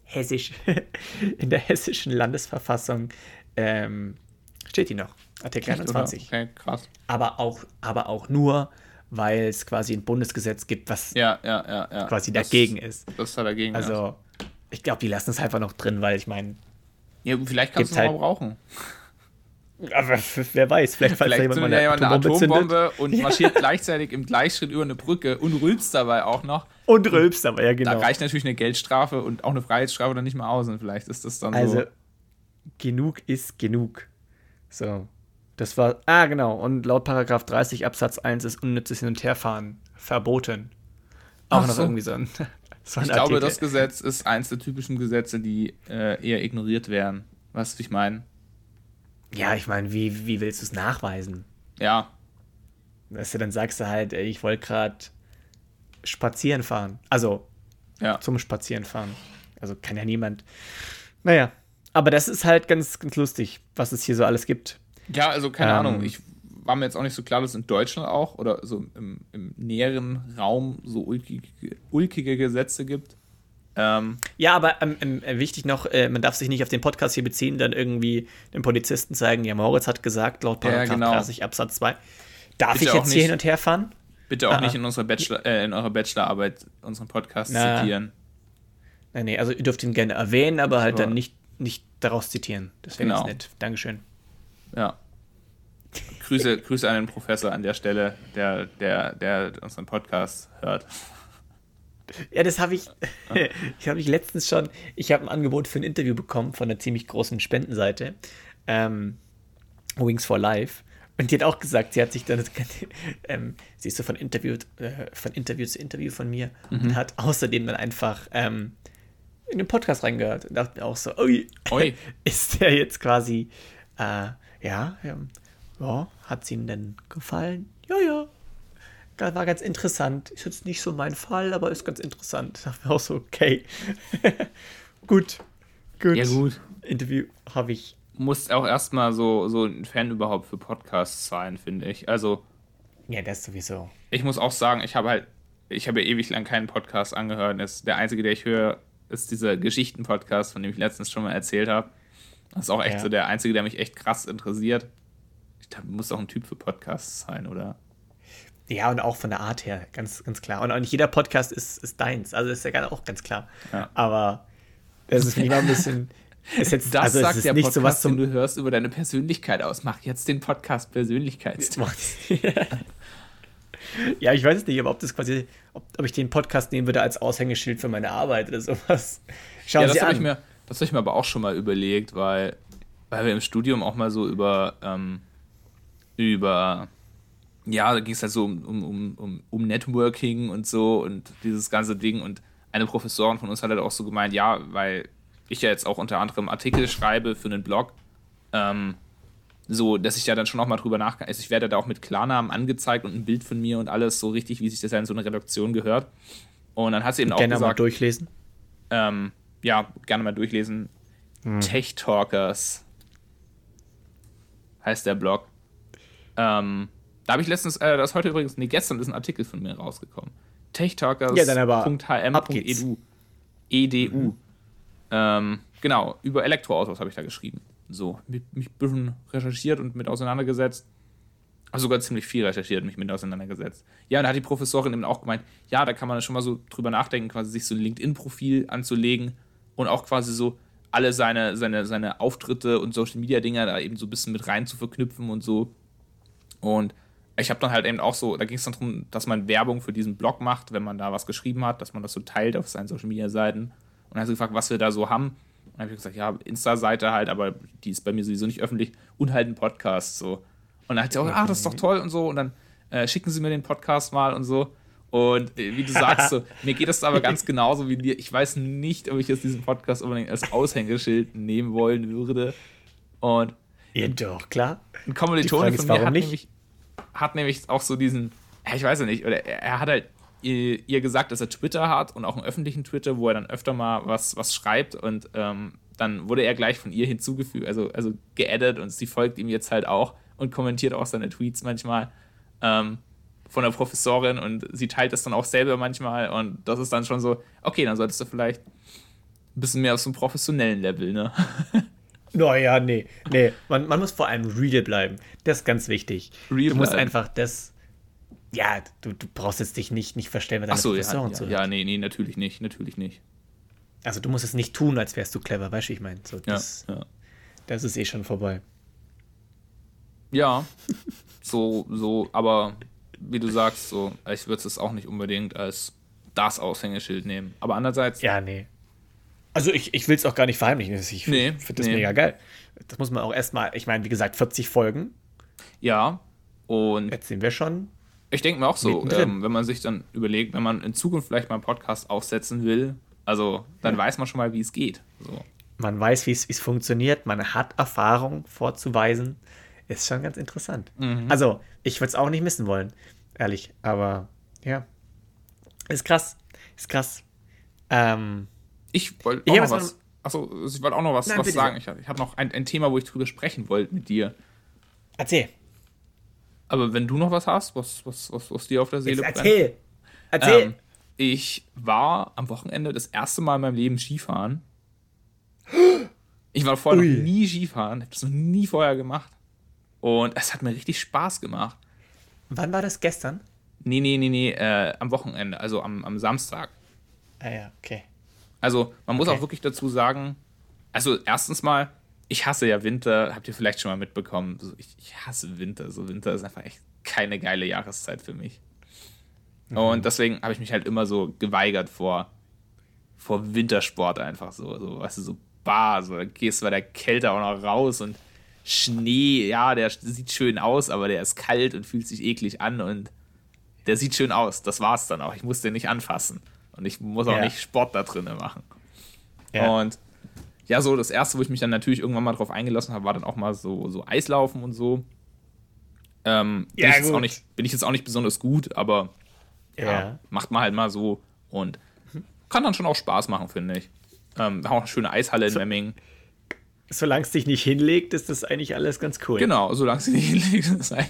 [SPEAKER 2] Landesverfassung steht die noch. Artikel 21.
[SPEAKER 1] Okay, krass.
[SPEAKER 2] Aber auch nur, weil es quasi ein Bundesgesetz gibt, was quasi dagegen ist.
[SPEAKER 1] Das ist da dagegen.
[SPEAKER 2] Also, ich glaube, die lassen es einfach noch drin, weil ich meine.
[SPEAKER 1] Ja, vielleicht kannst du es mal brauchen.
[SPEAKER 2] Aber wer weiß, vielleicht
[SPEAKER 1] jemand eine Atombombe und marschiert gleichzeitig im Gleichschritt über eine Brücke und rülpst dabei auch noch.
[SPEAKER 2] Und rülpst dabei, ja, genau.
[SPEAKER 1] Da reicht natürlich eine Geldstrafe und auch eine Freiheitsstrafe dann nicht mehr aus und vielleicht ist das dann
[SPEAKER 2] also, genug ist genug. So. Das war, genau, und laut Paragraph 30 Absatz 1 ist unnützes Hin- und Herfahren verboten. Auch noch irgendwie so ein
[SPEAKER 1] ich glaube, das Gesetz ist eins der typischen Gesetze, die eher ignoriert werden. Weißt du, wie ich meine?
[SPEAKER 2] Ja, ich meine, wie willst du es nachweisen?
[SPEAKER 1] Ja.
[SPEAKER 2] Weißt du, dann sagst du halt, ich wollte gerade spazieren fahren. Also, zum Spazieren fahren. Also kann ja niemand. Naja, aber das ist halt ganz, ganz lustig, was es hier so alles gibt.
[SPEAKER 1] Ja, also keine Ahnung. Ich war mir jetzt auch nicht so klar, dass es in Deutschland auch oder so im näheren Raum so ulkige Gesetze gibt.
[SPEAKER 2] Ja, aber wichtig noch, man darf sich nicht auf den Podcast hier beziehen, dann irgendwie dem Polizisten zeigen, ja, Moritz hat gesagt, laut Paragraph 30 Absatz 2. Darf bitte ich jetzt hier hin und her fahren?
[SPEAKER 1] Bitte auch nicht in unserer Bachelorarbeit unseren Podcast zitieren.
[SPEAKER 2] Nee, also ihr dürft ihn gerne erwähnen, aber halt dann nicht daraus zitieren. Das wäre jetzt nett. Dankeschön.
[SPEAKER 1] Ja. Grüße an den Professor an der Stelle, der unseren Podcast hört.
[SPEAKER 2] Ja, das habe ich letztens schon, ich habe ein Angebot für ein Interview bekommen von einer ziemlich großen Spendenseite, Wings for Life, und die hat auch gesagt, sie hat sich dann, sie ist so von Interview zu Interview von mir und hat außerdem dann einfach in den Podcast reingehört und dachte mir auch so, ui. Ist der jetzt quasi, ja, hat es Ihnen denn gefallen? Ja. Das war ganz interessant. Ist jetzt nicht so mein Fall, aber ist ganz interessant. Ich dachte mir auch so, okay. Gut.
[SPEAKER 1] Ja, gut.
[SPEAKER 2] Interview habe ich.
[SPEAKER 1] Muss auch erstmal so ein Fan überhaupt für Podcasts sein, finde ich. Also.
[SPEAKER 2] Ja, das sowieso.
[SPEAKER 1] Ich muss auch sagen, ich habe ja ewig lang keinen Podcast angehört. Der einzige, der ich höre, ist dieser Geschichten-Podcast, von dem ich letztens schon mal erzählt habe. Das ist auch echt so der einzige, der mich echt krass interessiert. Ich glaube, muss auch ein Typ für Podcasts sein, oder?
[SPEAKER 2] Ja, und auch von der Art her, ganz, ganz klar. Und nicht jeder Podcast ist deins, also ist ja auch ganz klar. Ja. Aber das ist mir ein bisschen.
[SPEAKER 1] Das sagt der Podcast, sowas den du hörst, über deine Persönlichkeit aus. Mach jetzt den Podcast Persönlichkeitstest.
[SPEAKER 2] Ja, ich weiß es nicht, aber ob ich den Podcast nehmen würde als Aushängeschild für meine Arbeit oder sowas.
[SPEAKER 1] Schauen Sie an. Das habe ich mir aber auch schon mal überlegt, weil wir im Studium auch mal so über ja, da ging es halt so um Networking und so und dieses ganze Ding. Und eine Professorin von uns hat halt auch so gemeint, ja, weil ich ja jetzt auch unter anderem Artikel schreibe für einen Blog, so, dass ich ja dann schon auch mal drüber nachdenke. Also ich werde da auch mit Klarnamen angezeigt und ein Bild von mir und alles so richtig, wie sich das ja in so eine Redaktion gehört. Und dann hat sie eben auch gesagt...
[SPEAKER 2] Gerne mal durchlesen?
[SPEAKER 1] Ja, gerne mal durchlesen. Tech Talkers heißt der Blog. Da habe ich letztens, gestern ist ein Artikel von mir rausgekommen. techtalkers.hm.edu. EDU. Genau, über Elektroautos habe ich da geschrieben. So, mich ein bisschen recherchiert und mit auseinandergesetzt. Also sogar ziemlich viel recherchiert und mich mit auseinandergesetzt. Ja, und da hat die Professorin eben auch gemeint, ja, da kann man schon mal so drüber nachdenken, quasi sich so ein LinkedIn-Profil anzulegen und auch quasi so alle seine Auftritte und Social-Media-Dinger da eben so ein bisschen mit rein zu verknüpfen und so. Und ich habe dann halt eben auch so, da ging es dann darum, dass man Werbung für diesen Blog macht, wenn man da was geschrieben hat, dass man das so teilt auf seinen Social-Media-Seiten. Und dann hat sie gefragt, was wir da so haben. Und dann habe ich gesagt, ja, Insta-Seite halt, aber die ist bei mir sowieso nicht öffentlich und halt ein Podcast so. Und dann hat sie auch, das ist doch toll und so. Und dann schicken Sie mir den Podcast mal und so. Und wie du sagst, so, mir geht das aber ganz genauso wie dir. Ich weiß nicht, ob ich jetzt diesen Podcast unbedingt als Aushängeschild nehmen wollen würde. Und
[SPEAKER 2] ja, doch, klar.
[SPEAKER 1] Ein Kommilitone von mir hat nämlich auch so diesen, ich weiß ja nicht, oder er hat halt ihr gesagt, dass er Twitter hat und auch einen öffentlichen Twitter, wo er dann öfter mal was schreibt und dann wurde er gleich von ihr hinzugefügt, also geaddet und sie folgt ihm jetzt halt auch und kommentiert auch seine Tweets manchmal von der Professorin und sie teilt das dann auch selber manchmal und das ist dann schon so, okay, dann solltest du vielleicht ein bisschen mehr auf so einem professionellen Level, ne?
[SPEAKER 2] Naja, nee. Man muss vor allem real bleiben. Das ist ganz wichtig. Du musst einfach das. Ja, du brauchst jetzt dich nicht verstellen, wenn deine Professorin zuhört.
[SPEAKER 1] Ja, nee, natürlich nicht.
[SPEAKER 2] Also du musst es nicht tun, als wärst du clever, weißt du, ich meine. So, das ist eh schon vorbei.
[SPEAKER 1] Ja, so, aber wie du sagst, so, ich würde es auch nicht unbedingt als das Aushängeschild nehmen. Aber andererseits.
[SPEAKER 2] Ja, nee. Also ich will es auch gar nicht verheimlichen. Ich finde das mega geil. Das muss man auch erstmal, ich meine, wie gesagt, 40 Folgen.
[SPEAKER 1] Ja, und
[SPEAKER 2] jetzt sind wir schon.
[SPEAKER 1] Ich denke mir auch so, wenn man sich dann überlegt, wenn man in Zukunft vielleicht mal einen Podcast aufsetzen will, also dann weiß man schon mal, wie es geht. So.
[SPEAKER 2] Man weiß, wie es funktioniert, man hat Erfahrung vorzuweisen. Ist schon ganz interessant. Mhm. Also, ich würde es auch nicht missen wollen, ehrlich. Aber ja, ist krass.
[SPEAKER 1] Ich wollte auch noch was sagen. Ich habe noch ein Thema, wo ich drüber sprechen wollte mit dir.
[SPEAKER 2] Erzähl.
[SPEAKER 1] Aber wenn du noch was hast, was dir auf der Seele brennt.
[SPEAKER 2] Erzähl.
[SPEAKER 1] Ich war am Wochenende das erste Mal in meinem Leben Skifahren. Ich war vorher noch nie Skifahren, habe das noch nie vorher gemacht. Und es hat mir richtig Spaß gemacht.
[SPEAKER 2] Wann war das? Gestern?
[SPEAKER 1] Nee, am Wochenende, also am Samstag.
[SPEAKER 2] Ah ja, okay.
[SPEAKER 1] Also man muss auch wirklich dazu sagen, also erstens mal, ich hasse ja Winter, habt ihr vielleicht schon mal mitbekommen. Ich hasse Winter, so Winter ist einfach echt keine geile Jahreszeit für mich. Und deswegen habe ich mich halt immer so geweigert vor Wintersport einfach so, weißt du, so so da gehst du bei der Kälte auch noch raus und Schnee, ja, der sieht schön aus, aber der ist kalt und fühlt sich eklig an und der sieht schön aus, das war's dann auch. Ich muss den nicht anfassen und ich muss auch nicht Sport da drinnen machen. Ja. Und ja, so das Erste, wo ich mich dann natürlich irgendwann mal drauf eingelassen habe, war dann auch mal so Eislaufen und so. Bin ich jetzt auch nicht besonders gut, aber macht man halt mal so und kann dann schon auch Spaß machen, finde ich. Wir haben auch eine schöne Eishalle in Memmingen.
[SPEAKER 2] Solange es dich nicht hinlegt, ist das eigentlich alles ganz cool.
[SPEAKER 1] Genau, solange es dich nicht hinlegt, ist es eigentlich.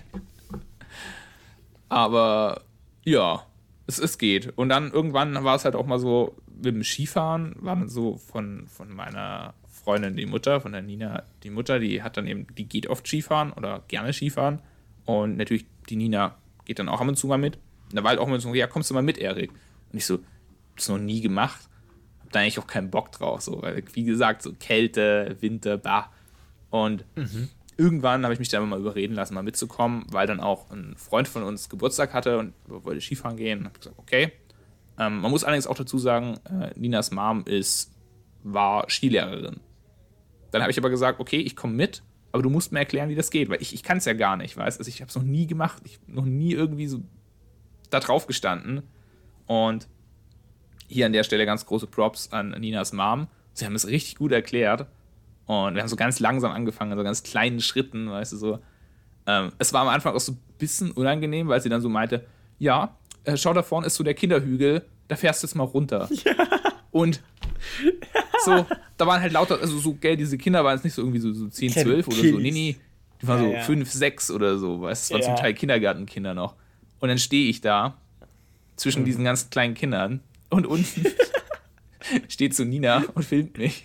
[SPEAKER 1] Aber ja, es geht. Und dann irgendwann war es halt auch mal so mit dem Skifahren, war dann so von meiner Freundin die Mutter, von der Nina die Mutter, die geht oft Skifahren oder gerne Skifahren. Und natürlich die Nina geht dann auch ab und zu mal mit. Und da war halt auch immer so, ja, kommst du mal mit, Erik? Und ich so, das noch nie gemacht. Hab da eigentlich auch keinen Bock drauf, so, weil, wie gesagt, so Kälte, Winter, bah. Und irgendwann habe ich mich dann mal überreden lassen, mal mitzukommen, weil dann auch ein Freund von uns Geburtstag hatte und wollte Skifahren gehen. Und habe gesagt, okay. Man muss allerdings auch dazu sagen, Ninas Mom war Skilehrerin. Dann habe ich aber gesagt, okay, ich komme mit, aber du musst mir erklären, wie das geht, weil ich kann es ja gar nicht, weißt du? Also ich habe es noch nie gemacht, ich habe noch nie irgendwie so da drauf gestanden. Und hier an der Stelle ganz große Props an Ninas Mom. Sie haben es richtig gut erklärt. Und wir haben so ganz langsam angefangen, so ganz kleinen Schritten, weißt du, so. Es war am Anfang auch so ein bisschen unangenehm, weil sie dann so meinte, ja, schau, da vorne ist so der Kinderhügel, da fährst du jetzt mal runter. Ja. Und so, da waren halt lauter, also so, gell, diese Kinder waren jetzt nicht so irgendwie so 10, 12 oder so, nee, die waren so 5, 6 oder so, weißt du, das waren zum Teil Kindergartenkinder noch. Und dann stehe ich da zwischen diesen ganzen kleinen Kindern und unten steht so Nina und filmt mich.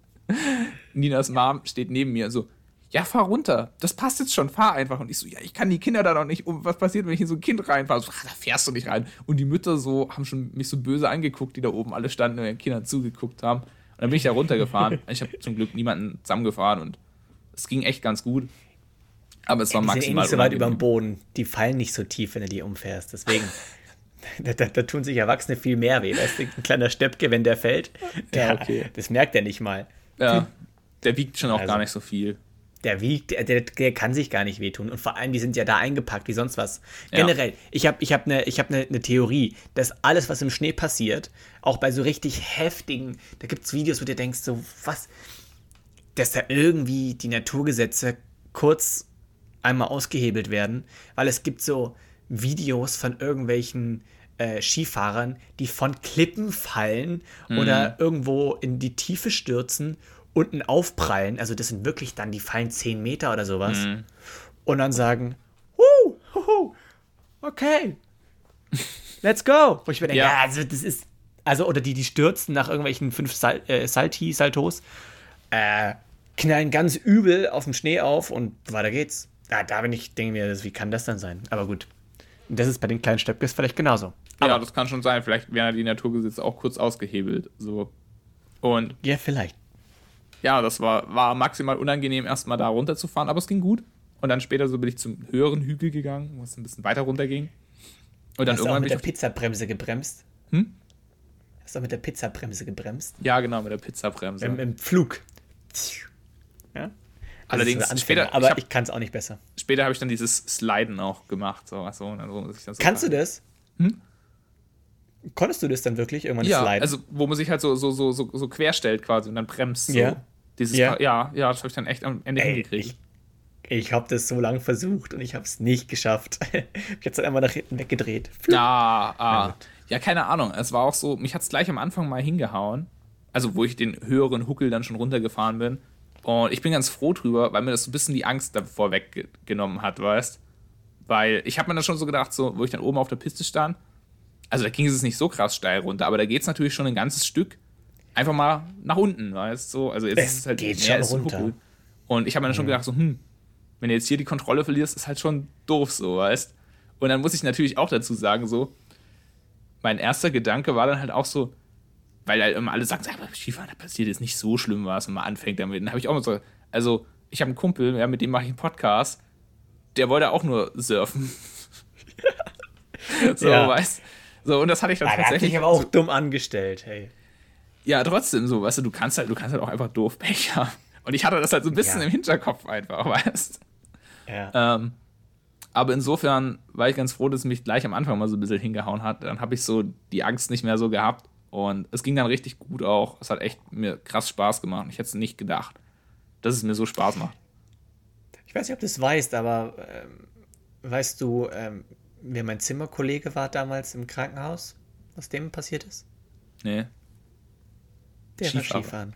[SPEAKER 1] Ninas Mom steht neben mir so, ja, fahr runter, das passt jetzt schon, fahr einfach. Und ich so, ja, ich kann die Kinder da noch nicht, was passiert, wenn ich in so ein Kind reinfahre? So, da fährst du nicht rein. Und die Mütter so, haben schon mich so böse angeguckt, die da oben alle standen und ihren Kindern zugeguckt haben. Und dann bin ich da runtergefahren. Ich habe zum Glück niemanden zusammengefahren und es ging echt ganz gut. Aber es war maximal
[SPEAKER 2] die sind nicht so weit über dem Boden. Die fallen nicht so tief, wenn du die umfährst. Deswegen, da tun sich Erwachsene viel mehr weh. Weißt du, ein kleiner Stöpke, wenn der fällt, das merkt er nicht mal.
[SPEAKER 1] Ja, der wiegt schon auch gar nicht so viel.
[SPEAKER 2] Der kann sich gar nicht wehtun. Und vor allem, die sind ja da eingepackt wie sonst was. Generell, ich hab eine Theorie, dass alles, was im Schnee passiert, auch bei so richtig heftigen, da gibt es Videos, wo du denkst, so was, dass da irgendwie die Naturgesetze kurz einmal ausgehebelt werden, weil es gibt so Videos von irgendwelchen Skifahrern, die von Klippen fallen oder irgendwo in die Tiefe stürzen, unten aufprallen, also das sind wirklich dann, die fallen 10 Meter oder sowas und dann sagen, okay, let's go. Wo ich mir denke, also das ist, also oder die stürzen nach irgendwelchen 5 Saltos, knallen ganz übel auf dem Schnee auf und weiter geht's. Da bin ich, denke mir, wie kann das dann sein? Aber gut, das ist bei den kleinen Stöpkes vielleicht genauso.
[SPEAKER 1] Ja, das kann schon sein, vielleicht werden die Naturgesetze auch kurz ausgehebelt, so. Und
[SPEAKER 2] ja, vielleicht.
[SPEAKER 1] Ja, das war maximal unangenehm, erstmal da runterzufahren, aber es ging gut. Und dann später so bin ich zum höheren Hügel gegangen, wo es ein bisschen weiter runter ging. Und dann
[SPEAKER 2] hast du auch mit der Pizzabremse gebremst? Hast du auch mit der Pizzabremse gebremst?
[SPEAKER 1] Ja, genau, mit der Pizzabremse.
[SPEAKER 2] Im Flug. Ja?
[SPEAKER 1] Allerdings später.
[SPEAKER 2] Aber ich kann es auch nicht besser.
[SPEAKER 1] Später habe ich dann dieses Sliden auch gemacht. So, und dann, dass ich dann so
[SPEAKER 2] kannst du das? Konntest du das dann wirklich irgendwann
[SPEAKER 1] sliden?
[SPEAKER 2] Ja,
[SPEAKER 1] also wo man sich halt so querstellt quasi und dann bremst. So. Ja. Das habe ich dann echt am Ende hingekriegt.
[SPEAKER 2] Ich habe das so lange versucht und ich habe es nicht geschafft. Ich habe es dann einmal nach hinten weggedreht.
[SPEAKER 1] Ja, keine Ahnung. Es war auch so, mich hat es gleich am Anfang mal hingehauen. Also wo ich den höheren Huckel dann schon runtergefahren bin. Und ich bin ganz froh drüber, weil mir das so ein bisschen die Angst davor weggenommen hat, weißt? Weil ich habe mir dann schon so gedacht, so, wo ich dann oben auf der Piste stand, also da ging es nicht so krass steil runter, aber da geht es natürlich schon ein ganzes Stück einfach mal nach unten, weißt du? Also jetzt
[SPEAKER 2] ist es halt geht schon runter.
[SPEAKER 1] Und ich habe mir dann schon gedacht, so, wenn du jetzt hier die Kontrolle verlierst, ist halt schon doof so, weißt? Und dann muss ich natürlich auch dazu sagen, so, mein erster Gedanke war dann halt auch so, weil halt immer alle sagen, aber Skifahren, da passiert jetzt nicht so schlimm was, wenn man anfängt damit. Dann habe ich auch mal so, also ich habe einen Kumpel, ja, mit dem mache ich einen Podcast, der wollte auch nur surfen. So, weißt so, und das hatte ich dann tatsächlich.
[SPEAKER 2] Ich aber auch dumm angestellt, hey.
[SPEAKER 1] Ja, trotzdem so, weißt du, du kannst halt auch einfach doof Pech haben. Und ich hatte das halt so ein bisschen im Hinterkopf einfach, weißt du. Ja. Aber insofern war ich ganz froh, dass es mich gleich am Anfang mal so ein bisschen hingehauen hat. Dann habe ich so die Angst nicht mehr so gehabt. Und es ging dann richtig gut auch. Es hat echt mir krass Spaß gemacht. Ich hätte es nicht gedacht, dass es mir so Spaß macht.
[SPEAKER 2] Ich weiß nicht, ob du es weißt, aber weißt du, wer mein Zimmerkollege war damals im Krankenhaus? Was dem passiert ist?
[SPEAKER 1] Nee.
[SPEAKER 2] Der war Skifahren.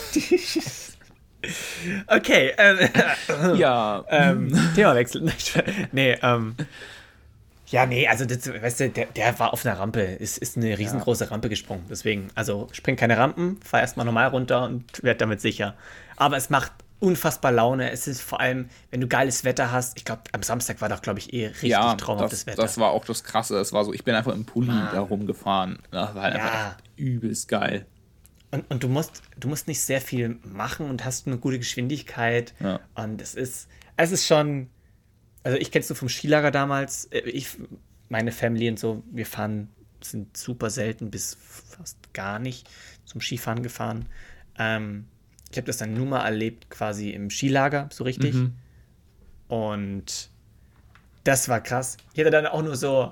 [SPEAKER 2] Okay.
[SPEAKER 1] Ja.
[SPEAKER 2] Themawechsel. Nee, ja, nee, also das, weißt du, der war auf einer Rampe, ist eine riesengroße Rampe gesprungen. Deswegen, also spring keine Rampen, fahr erstmal normal runter und werd damit sicher. Aber es macht unfassbar Laune. Es ist vor allem, wenn du geiles Wetter hast. Ich glaube, am Samstag war doch, glaube ich, richtig traumhaftes Wetter.
[SPEAKER 1] Das war auch das Krasse. Das war so, ich bin einfach im Pulli da rumgefahren. Das war halt einfach übelst geil.
[SPEAKER 2] Und du musst nicht sehr viel machen und hast eine gute Geschwindigkeit. Ja. Und es ist schon, also ich kenn's nur vom Skilager damals. Meine Family und so, sind super selten bis fast gar nicht zum Skifahren gefahren. Ich habe das dann nur mal erlebt, quasi im Skilager, so richtig. Mhm. Und das war krass. Ich hatte da auch nur so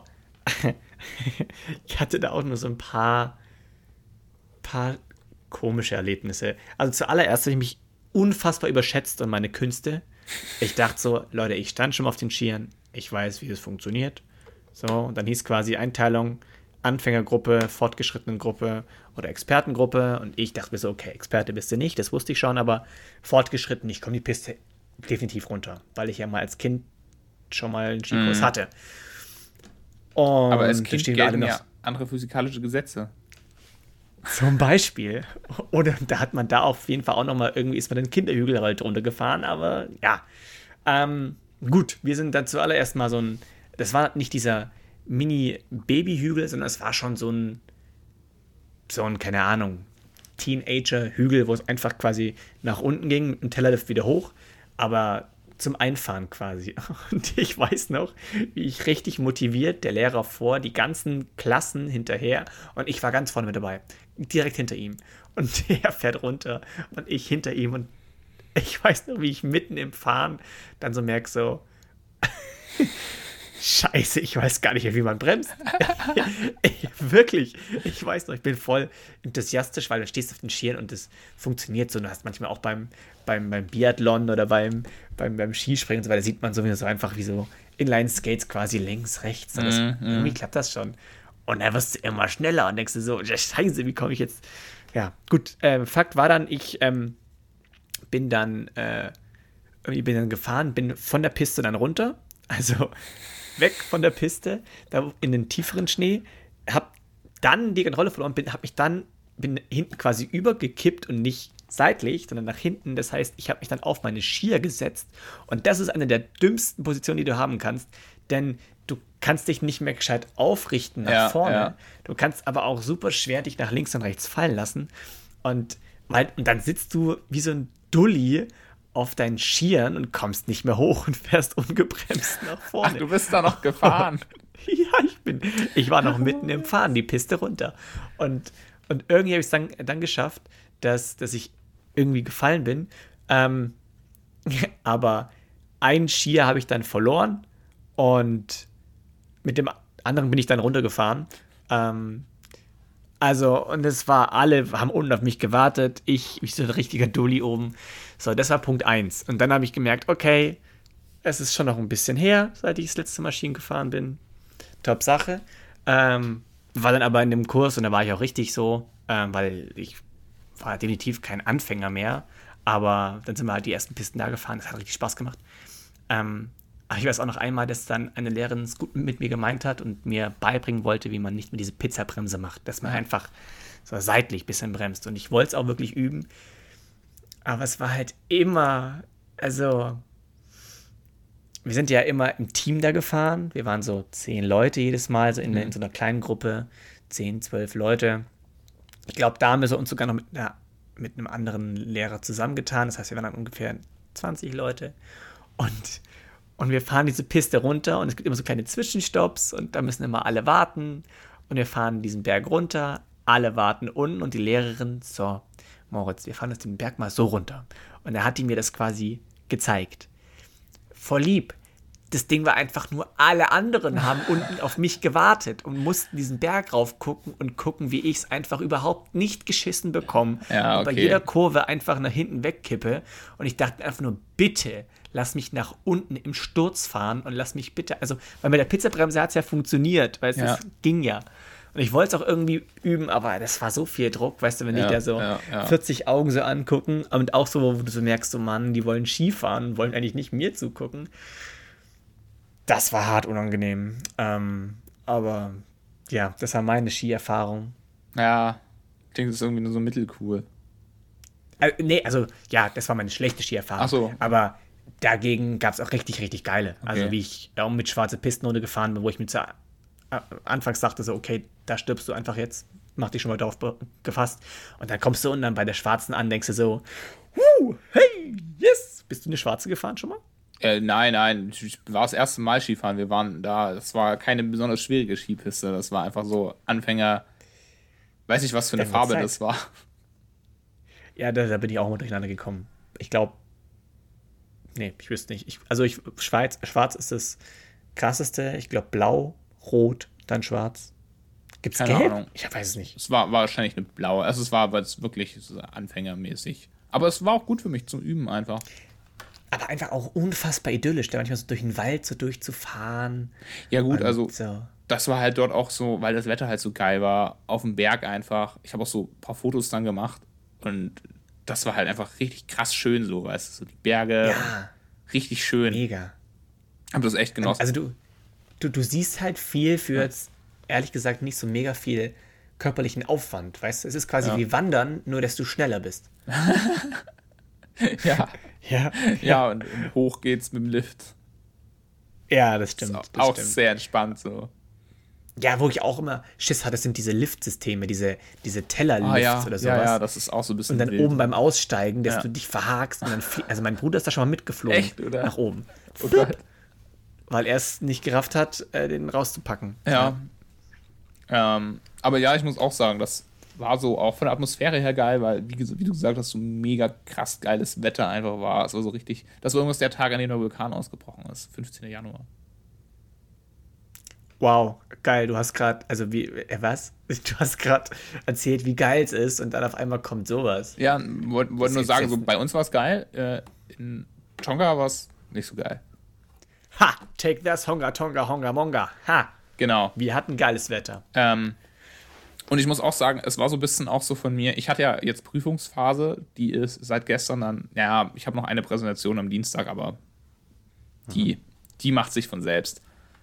[SPEAKER 2] ein paar komische Erlebnisse. Also zuallererst habe ich mich unfassbar überschätzt an meine Künste. Ich dachte so, Leute, ich stand schon mal auf den Skiern. Ich weiß, wie das funktioniert. So, und dann hieß quasi Einteilung Anfängergruppe, Fortgeschrittenengruppe oder Expertengruppe. Und ich dachte mir so, okay, Experte bist du nicht, das wusste ich schon, aber fortgeschritten, ich komme die Piste definitiv runter, weil ich ja mal als Kind schon mal einen Skikurs hatte.
[SPEAKER 1] Und aber als Kind gelten ja andere physikalische Gesetze.
[SPEAKER 2] Zum Beispiel. Oder da hat man da auf jeden Fall auch nochmal, irgendwie ist man den Kinderhügel halt runtergefahren, aber ja. Gut, wir sind dann zuallererst mal das war nicht dieser Mini-Baby-Hügel, sondern es war schon so ein, keine Ahnung, Teenager-Hügel, wo es einfach quasi nach unten ging, mit dem Tellerlift wieder hoch, aber zum Einfahren quasi. Und ich weiß noch, wie ich richtig motiviert, der Lehrer vor, die ganzen Klassen hinterher und ich war ganz vorne mit dabei, direkt hinter ihm. Und der fährt runter und ich hinter ihm und ich weiß noch, wie ich mitten im Fahren dann so merke, so Scheiße, ich weiß gar nicht mehr, wie man bremst. Wirklich, ich weiß noch, ich bin voll enthusiastisch, weil du stehst auf den Skiern und das funktioniert so. Du hast manchmal auch beim Biathlon oder beim Skispringen und so weiter, sieht man so einfach wie so Inline-Skates quasi links, rechts. Und irgendwie klappt das schon. Und dann wirst du immer schneller und denkst du so, Scheiße, wie komme ich jetzt? Ja, gut, Fakt war dann, ich bin dann gefahren, bin von der Piste dann runter, also weg von der Piste, da in den tieferen Schnee, hab dann die Kontrolle verloren, bin hinten quasi übergekippt und nicht seitlich, sondern nach hinten. Das heißt, ich habe mich dann auf meine Skier gesetzt und das ist eine der dümmsten Positionen, die du haben kannst, denn du kannst dich nicht mehr gescheit aufrichten nach vorne. Ja. Du kannst aber auch super schwer dich nach links und rechts fallen lassen und dann sitzt du wie so ein Dulli auf deinen Skiern und kommst nicht mehr hoch und fährst ungebremst nach vorne.
[SPEAKER 1] Ach, du bist da noch gefahren.
[SPEAKER 2] Ja, ich war noch mitten im Fahren, die Piste runter. Und irgendwie habe ich es dann geschafft, dass ich irgendwie gefallen bin. Aber einen Skier habe ich dann verloren und mit dem anderen bin ich dann runtergefahren. Und es war, alle haben unten auf mich gewartet. Ich so ein richtiger Dulli oben. So, das war Punkt 1. Und dann habe ich gemerkt, okay, es ist schon noch ein bisschen her, seit ich das letzte Mal Skien gefahren bin. Top Sache. War dann aber in dem Kurs und da war ich auch richtig so, weil ich war definitiv kein Anfänger mehr. Aber dann sind wir halt die ersten Pisten da gefahren. Das hat richtig Spaß gemacht. Aber ich weiß auch noch einmal, dass dann eine Lehrerin es gut mit mir gemeint hat und mir beibringen wollte, wie man nicht mehr diese Pizzabremse macht. Dass man einfach so seitlich ein bisschen bremst. Und ich wollte es auch wirklich üben. Aber es war halt immer, also wir sind ja immer im Team da gefahren. Wir waren so 10 Leute jedes Mal, so in so einer kleinen Gruppe. 10, 12 Leute. Ich glaube, da haben wir uns sogar noch mit einem anderen Lehrer zusammengetan. Das heißt, wir waren dann ungefähr 20 Leute. Und wir fahren diese Piste runter und es gibt immer so kleine Zwischenstopps und da müssen immer alle warten. Und wir fahren diesen Berg runter, alle warten unten und die Lehrerin, so, Moritz, wir fahren jetzt den Berg mal so runter. Und da hat die mir das quasi gezeigt. Voll lieb. Das Ding war einfach nur, alle anderen haben unten auf mich gewartet und mussten diesen Berg rauf gucken und gucken, wie ich es einfach überhaupt nicht geschissen bekomme.
[SPEAKER 1] Ja, okay.
[SPEAKER 2] Und bei jeder Kurve einfach nach hinten wegkippe. Und ich dachte einfach nur, bitte, lass mich nach unten im Sturz fahren und lass mich bitte, also, weil mit der Pizzabremse hat es ja funktioniert, weil es ging ja. Und ich wollte es auch irgendwie üben, aber das war so viel Druck, weißt du, wenn die da so 40 Augen so angucken und auch so, wo du so merkst, so Mann, die wollen Skifahren und wollen eigentlich nicht mir zugucken. Das war hart unangenehm. Aber ja, das war meine Skierfahrung.
[SPEAKER 1] Ja, ich denke, das ist irgendwie nur so mittelcool.
[SPEAKER 2] Nee, also ja, das war meine schlechte Skierfahrung.
[SPEAKER 1] Ach so.
[SPEAKER 2] Aber dagegen gab es auch richtig, richtig geile. Okay. Also wie ich auch mit schwarze Pistenrunde gefahren bin, wo ich mir anfangs dachte so, okay, da stirbst du einfach jetzt, mach dich schon mal drauf gefasst. Und dann kommst du und dann bei der Schwarzen an, denkst du so, hey, yes! Bist du eine Schwarze gefahren schon mal?
[SPEAKER 1] Nein, ich war das erste Mal Skifahren. Wir waren da, das war keine besonders schwierige Skipiste, das war einfach so Anfänger, weiß nicht, was für eine Farbe das war.
[SPEAKER 2] Ja, da bin ich auch mal durcheinander gekommen. Ich glaube, nee, ich wüsste nicht. Schwarz ist das krasseste. Ich glaube, blau, rot, dann schwarz. Gibt's
[SPEAKER 1] keine
[SPEAKER 2] gelb?
[SPEAKER 1] Ahnung.
[SPEAKER 2] Ich weiß es nicht.
[SPEAKER 1] Es war wahrscheinlich eine blaue. Also es war aber wirklich so anfängermäßig. Aber es war auch gut für mich zum Üben einfach.
[SPEAKER 2] Aber einfach auch unfassbar idyllisch, da manchmal so durch den Wald so durchzufahren.
[SPEAKER 1] Ja gut, also das war halt dort auch so, weil das Wetter halt so geil war, auf dem Berg einfach. Ich habe auch so ein paar Fotos dann gemacht und das war halt einfach richtig krass schön so, weißt du, so die Berge.
[SPEAKER 2] Ja.
[SPEAKER 1] Richtig schön.
[SPEAKER 2] Mega.
[SPEAKER 1] Hab das echt genossen.
[SPEAKER 2] Also du siehst halt viel für jetzt, ehrlich gesagt, nicht so mega viel körperlichen Aufwand, weißt du? Es ist quasi wie Wandern, nur dass du schneller bist.
[SPEAKER 1] Ja, und hoch geht's mit dem Lift.
[SPEAKER 2] Ja, das stimmt.
[SPEAKER 1] Das auch stimmt. Sehr entspannt so.
[SPEAKER 2] Ja, wo ich auch immer Schiss hatte, das sind diese Liftsysteme, diese Tellerlifts oder sowas.
[SPEAKER 1] Ja, das ist auch so ein bisschen
[SPEAKER 2] und dann
[SPEAKER 1] wild.
[SPEAKER 2] Oben beim Aussteigen, dass du dich verhakst und dann also mein Bruder ist da schon mal mitgeflogen.
[SPEAKER 1] Echt, oder?
[SPEAKER 2] Nach oben.
[SPEAKER 1] Oh Gott.
[SPEAKER 2] Weil er es nicht gerafft hat, den rauszupacken.
[SPEAKER 1] Ja. Aber ja, ich muss auch sagen, das war so auch von der Atmosphäre her geil, weil, wie du gesagt hast, so mega krass geiles Wetter einfach war. Es war so richtig, das war irgendwas der Tag, an dem der Vulkan ausgebrochen ist. 15. Januar.
[SPEAKER 2] Wow, geil, du hast gerade, was? Du hast gerade erzählt, wie geil es ist und dann auf einmal kommt sowas.
[SPEAKER 1] Ja, wollte nur sagen, so bei uns war es geil, in Tonga war es nicht so geil.
[SPEAKER 2] Ha, take this, Honga, Tonga, Honga, Monga, ha.
[SPEAKER 1] Genau.
[SPEAKER 2] Wir hatten geiles Wetter.
[SPEAKER 1] Und ich muss auch sagen, es war so ein bisschen auch so von mir, ich hatte ja jetzt Prüfungsphase, die ist seit gestern dann, ja, ich habe noch eine Präsentation am Dienstag, aber die macht sich von selbst.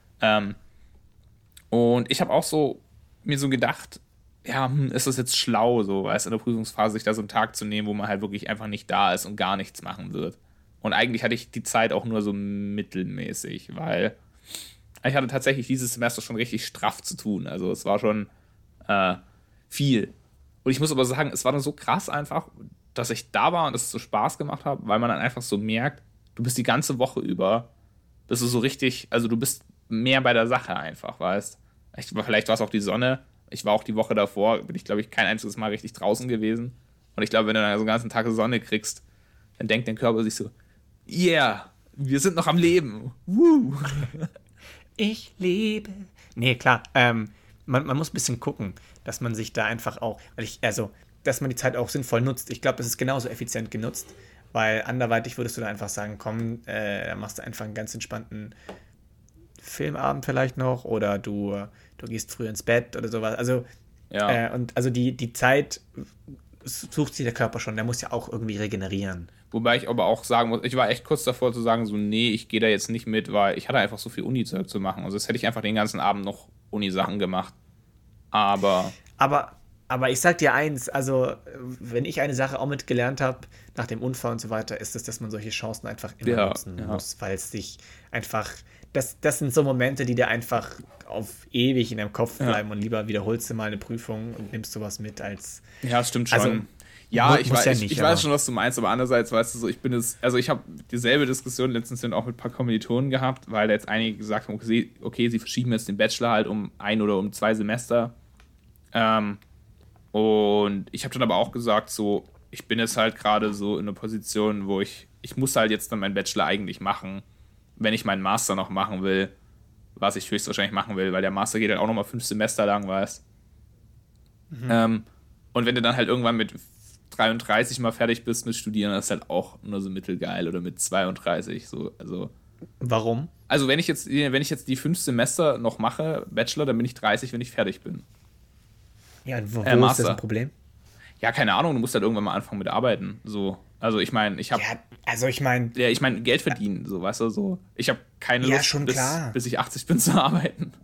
[SPEAKER 1] Und ich habe auch so mir so gedacht, ja, ist das jetzt schlau, so, weißt, in der Prüfungsphase sich da so einen Tag zu nehmen, wo man halt wirklich einfach nicht da ist und gar nichts machen wird. Und eigentlich hatte ich die Zeit auch nur so mittelmäßig, weil ich hatte tatsächlich dieses Semester schon richtig straff zu tun. Also es war schon viel. Und ich muss aber sagen, es war dann so krass einfach, dass ich da war und es so Spaß gemacht hat, weil man dann einfach so merkt, du bist die ganze Woche über, bist du so richtig, also du bist mehr bei der Sache einfach, weißt. Vielleicht war es auch die Sonne. Ich war auch die Woche davor, bin ich, glaube ich, kein einziges Mal richtig draußen gewesen. Und ich glaube, wenn du dann so einen ganzen Tag Sonne kriegst, dann denkt dein Körper sich so, yeah, wir sind noch am Leben. Woo.
[SPEAKER 2] Ich lebe. Nee, klar. Man muss ein bisschen gucken, dass man sich da einfach auch, dass man die Zeit auch sinnvoll nutzt. Ich glaube, das ist genauso effizient genutzt, weil anderweitig würdest du da einfach sagen, komm, da machst du einfach einen ganz entspannten Filmabend vielleicht noch oder du gehst früh ins Bett oder sowas. Also, und also die Zeit sucht sich der Körper schon, der muss ja auch irgendwie regenerieren.
[SPEAKER 1] Wobei ich aber auch sagen muss, ich war echt kurz davor zu sagen, so, nee, ich gehe da jetzt nicht mit, weil ich hatte einfach so viel Uni-Zeug zu machen. Also, das hätte ich einfach den ganzen Abend noch Uni-Sachen gemacht. Aber
[SPEAKER 2] ich sag dir eins, also wenn ich eine Sache auch mitgelernt habe, nach dem Unfall und so weiter, ist es, dass man solche Chancen einfach immer nutzen muss, weil es dich einfach, das sind so Momente, die dir einfach auf ewig in deinem Kopf bleiben und lieber wiederholst du mal eine Prüfung und nimmst sowas mit als...
[SPEAKER 1] Ja, das stimmt schon. Also, ja, ich weiß schon, was du meinst, aber andererseits, weißt du, so, ich habe dieselbe Diskussion letztens auch mit ein paar Kommilitonen gehabt, weil da jetzt einige gesagt haben, okay, sie verschieben jetzt den Bachelor halt um 1 oder um 2 Semester. Und ich habe dann aber auch gesagt, so, ich bin jetzt halt gerade so in einer Position, wo ich muss halt jetzt dann meinen Bachelor eigentlich machen, wenn ich meinen Master noch machen will, was ich höchstwahrscheinlich machen will, weil der Master geht halt auch nochmal 5 Semester lang, weißt. Und wenn du dann halt irgendwann mit 33 mal fertig bist mit Studieren, das ist halt auch nur so mittelgeil, oder mit 32, so, also.
[SPEAKER 2] Warum?
[SPEAKER 1] Also wenn ich jetzt die 5 Semester noch mache, Bachelor, dann bin ich 30, wenn ich fertig bin.
[SPEAKER 2] Ja, und wo ist das ein Problem?
[SPEAKER 1] Ja, keine Ahnung, du musst halt irgendwann mal anfangen mit Arbeiten, so. Also ich meine, ich meine, Geld verdienen, so, weißt du, so. Ich habe keine Lust, bis ich 80 bin zu arbeiten.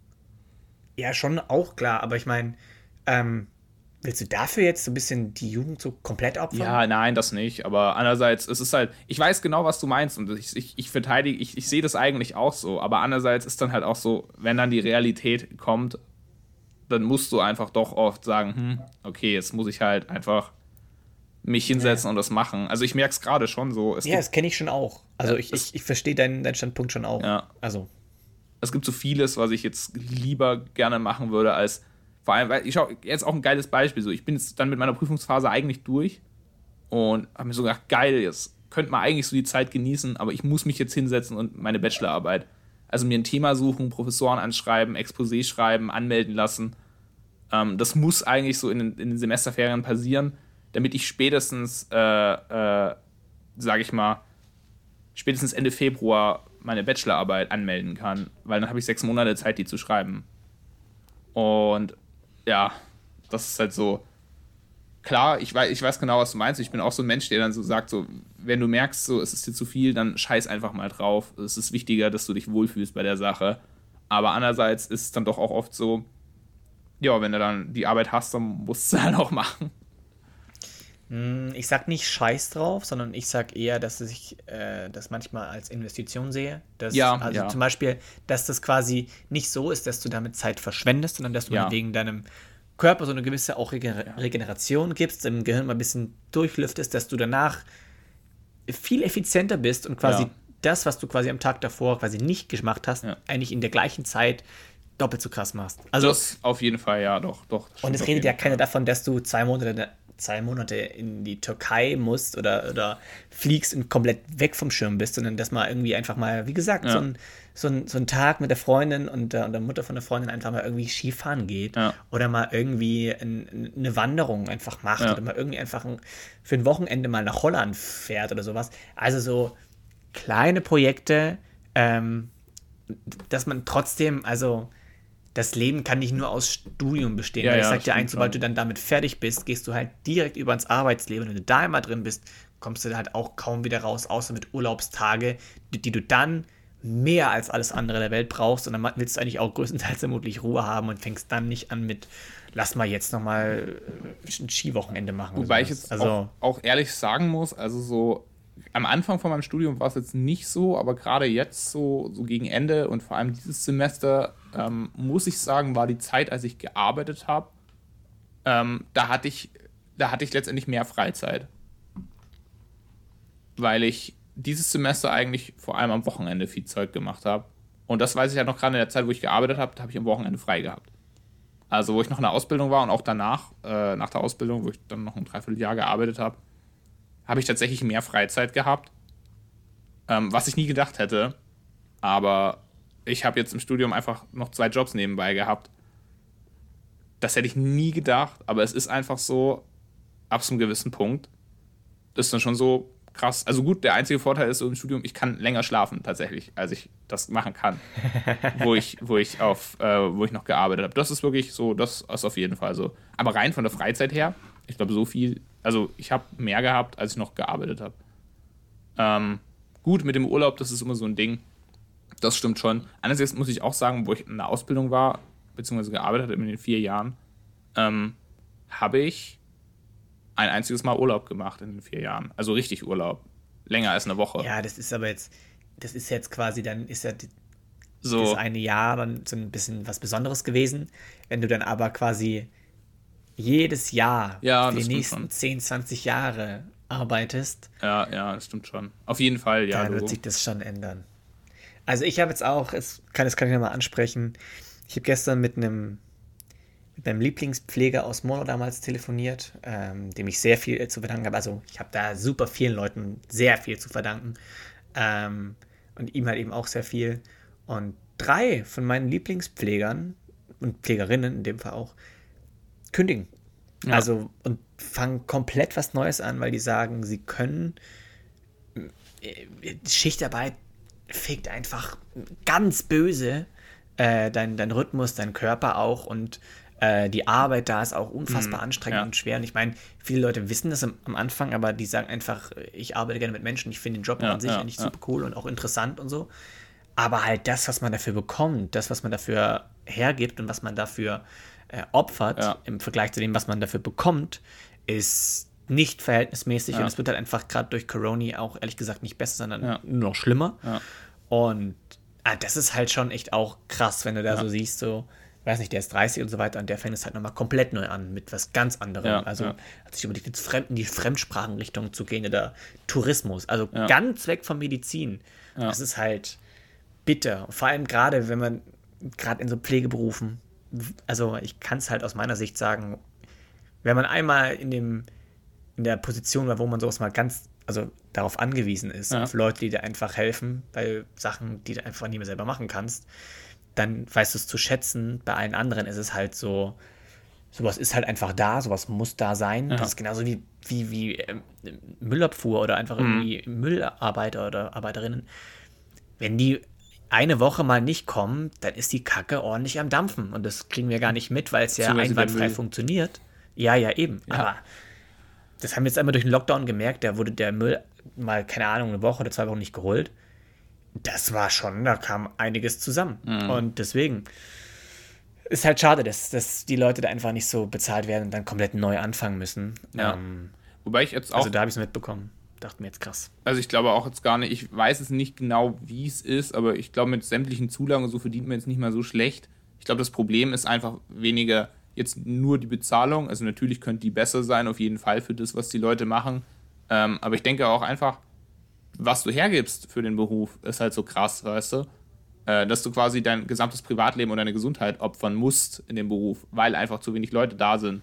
[SPEAKER 2] Ja, schon auch klar, aber ich meine, willst du dafür jetzt so ein bisschen die Jugend so komplett opfern?
[SPEAKER 1] Ja, nein, das nicht. Aber andererseits, es ist halt, ich weiß genau, was du meinst und ich verteidige, ich sehe das eigentlich auch so. Aber andererseits ist dann halt auch so, wenn dann die Realität kommt, dann musst du einfach doch oft sagen, okay, jetzt muss ich halt einfach mich hinsetzen und das machen. Also ich merke es gerade schon so.
[SPEAKER 2] Das kenne ich schon auch. Also ich verstehe deinen Standpunkt schon auch.
[SPEAKER 1] Ja.
[SPEAKER 2] Also.
[SPEAKER 1] Es gibt so vieles, was ich jetzt lieber gerne machen würde, als vor allem, weil ich schau, jetzt auch ein geiles Beispiel, so, ich bin jetzt dann mit meiner Prüfungsphase eigentlich durch und habe mir so gedacht, geil, jetzt könnte man eigentlich so die Zeit genießen, aber ich muss mich jetzt hinsetzen und meine Bachelorarbeit, also mir ein Thema suchen, Professoren anschreiben, Exposé schreiben, anmelden lassen, das muss eigentlich so in den Semesterferien passieren, damit ich spätestens, sage ich mal, spätestens Ende Februar meine Bachelorarbeit anmelden kann, weil dann habe ich 6 Monate Zeit, die zu schreiben. Und ja, das ist halt so. Klar, ich weiß genau, was du meinst. Ich bin auch so ein Mensch, der dann so sagt, so, wenn du merkst, so, es ist dir zu viel, dann scheiß einfach mal drauf. Es ist wichtiger, dass du dich wohlfühlst bei der Sache. Aber andererseits ist es dann doch auch oft so, ja, wenn du dann die Arbeit hast, dann musst du es halt auch machen.
[SPEAKER 2] Ich sag nicht scheiß drauf, sondern ich sag eher, dass ich das manchmal als Investition sehe. Zum Beispiel, dass das quasi nicht so ist, dass du damit Zeit verschwendest, sondern dass du wegen deinem Körper so eine gewisse auch Regeneration gibst, im Gehirn mal ein bisschen durchlüftest, dass du danach viel effizienter bist und quasi das, was du quasi am Tag davor quasi nicht gemacht hast, eigentlich in der gleichen Zeit doppelt so krass machst. Also
[SPEAKER 1] das auf jeden Fall, ja, doch.
[SPEAKER 2] Und es redet ja keiner davon, dass du 2 Monate in die Türkei musst oder fliegst und komplett weg vom Schirm bist, sondern dass mal irgendwie einfach mal, wie gesagt, so ein Tag mit der Freundin und der Mutter von der Freundin einfach mal irgendwie Skifahren geht oder mal irgendwie eine Wanderung einfach macht oder mal irgendwie einfach für ein Wochenende mal nach Holland fährt oder sowas. Also so kleine Projekte, dass man trotzdem, also das Leben kann nicht nur aus Studium bestehen. Weil ich sag dir eins, sobald du dann damit fertig bist, gehst du halt direkt über ins Arbeitsleben. Und wenn du da immer drin bist, kommst du halt auch kaum wieder raus, außer mit Urlaubstage, die du dann mehr als alles andere der Welt brauchst. Und dann willst du eigentlich auch größtenteils vermutlich Ruhe haben und fängst dann nicht an mit, lass mal jetzt nochmal ein Skiwochenende machen.
[SPEAKER 1] Wobei ich jetzt auch ehrlich sagen muss, also so am Anfang von meinem Studium war es jetzt nicht so, aber gerade jetzt so gegen Ende und vor allem dieses Semester, muss ich sagen, war die Zeit, als ich gearbeitet habe, da hatte ich letztendlich mehr Freizeit. Weil ich dieses Semester eigentlich vor allem am Wochenende viel Zeug gemacht habe. Und das weiß ich ja noch gerade in der Zeit, wo ich gearbeitet habe, da habe ich am Wochenende frei gehabt. Also wo ich noch in der Ausbildung war und auch danach, nach der Ausbildung, wo ich dann noch ein Dreivierteljahr gearbeitet habe, habe ich tatsächlich mehr Freizeit gehabt, was ich nie gedacht hätte. Aber ich habe jetzt im Studium einfach noch 2 Jobs nebenbei gehabt. Das hätte ich nie gedacht, aber es ist einfach so, ab so einem gewissen Punkt, das ist dann schon so krass. Also gut, der einzige Vorteil ist so im Studium, ich kann länger schlafen tatsächlich, als ich das machen kann, wo ich noch gearbeitet habe. Das ist wirklich so, das ist auf jeden Fall so. Aber rein von der Freizeit her, ich glaube so viel, also ich habe mehr gehabt, als ich noch gearbeitet habe. Gut, mit dem Urlaub, das ist immer so ein Ding. Das stimmt schon. Andererseits muss ich auch sagen, wo ich in der Ausbildung war, beziehungsweise gearbeitet habe in den 4 Jahren, habe ich ein einziges Mal Urlaub gemacht in den 4 Jahren. Also richtig Urlaub. Länger als eine Woche.
[SPEAKER 2] Ja, das ist jetzt quasi, dann ist ja das eine Jahr dann so ein bisschen was Besonderes gewesen. Wenn du dann aber quasi jedes Jahr für die nächsten 10, 20 Jahre arbeitest.
[SPEAKER 1] Ja, das stimmt schon. Auf jeden Fall, ja.
[SPEAKER 2] Dann wird sich das schon ändern. Also ich habe jetzt auch, das kann ich nochmal ansprechen, ich habe gestern mit meinem Lieblingspfleger aus Mono damals telefoniert, dem ich sehr viel zu verdanken habe. Also ich habe da super vielen Leuten sehr viel zu verdanken. Und ihm halt eben auch sehr viel. Und 3 von meinen Lieblingspflegern und Pflegerinnen in dem Fall auch kündigen. Ja. Also und fangen komplett was Neues an, weil die sagen, sie können Schichtarbeit fickt einfach ganz böse dein Rhythmus, dein Körper auch und die Arbeit da ist auch unfassbar anstrengend und schwer. Und ich meine, viele Leute wissen das am Anfang, aber die sagen einfach, ich arbeite gerne mit Menschen, ich finde den Job an sich eigentlich super cool und auch interessant und so. Aber halt das, was man dafür bekommt, das, was man dafür hergibt und was man dafür opfert, im Vergleich zu dem, was man dafür bekommt, ist nicht verhältnismäßig und es wird halt einfach gerade durch Corona auch ehrlich gesagt nicht besser, sondern nur noch schlimmer. Ja. Und das ist halt schon echt auch krass, wenn du da so siehst, so, weiß nicht, der ist 30 und so weiter und der fängt es halt nochmal komplett neu an mit was ganz anderem. Hat sich überlegt, jetzt in die Fremdsprachenrichtung zu gehen oder Tourismus, also ganz weg von Medizin. Das ist halt bitter. Vor allem gerade, wenn man gerade in so Pflegeberufen, also ich kann es halt aus meiner Sicht sagen, wenn man einmal in der Position war, wo man sowas mal also darauf angewiesen ist, auf Leute, die dir einfach helfen, bei Sachen, die du einfach nie mehr selber machen kannst, dann weißt du es zu schätzen. Bei allen anderen ist es halt so, sowas ist halt einfach da, sowas muss da sein. Das ist genauso wie Müllabfuhr oder einfach irgendwie Müllarbeiter oder Arbeiterinnen. Wenn die eine Woche mal nicht kommen, dann ist die Kacke ordentlich am Dampfen. Und das kriegen wir gar nicht mit, weil es ja einwandfrei funktioniert. Ja, eben. Ja. Aber das haben wir jetzt einmal durch den Lockdown gemerkt, da wurde der Müll mal, keine Ahnung, eine Woche oder 2 Wochen nicht geholt. Das war schon, da kam einiges zusammen. Und deswegen ist halt schade, dass die Leute da einfach nicht so bezahlt werden und dann komplett neu anfangen müssen.
[SPEAKER 1] Ja. Wobei ich jetzt auch...
[SPEAKER 2] Also da habe ich es mitbekommen. Dachte mir jetzt krass.
[SPEAKER 1] Also ich glaube auch jetzt gar nicht, ich weiß es nicht genau, wie es ist, aber ich glaube, mit sämtlichen Zulagen und so verdient man jetzt nicht mal so schlecht. Ich glaube, das Problem ist einfach weniger jetzt nur die Bezahlung. Also natürlich könnte die besser sein, auf jeden Fall für das, was die Leute machen. Aber ich denke auch einfach, was du hergibst für den Beruf, ist halt so krass, weißt du? Dass du quasi dein gesamtes Privatleben und deine Gesundheit opfern musst in dem Beruf, weil einfach zu wenig Leute da sind.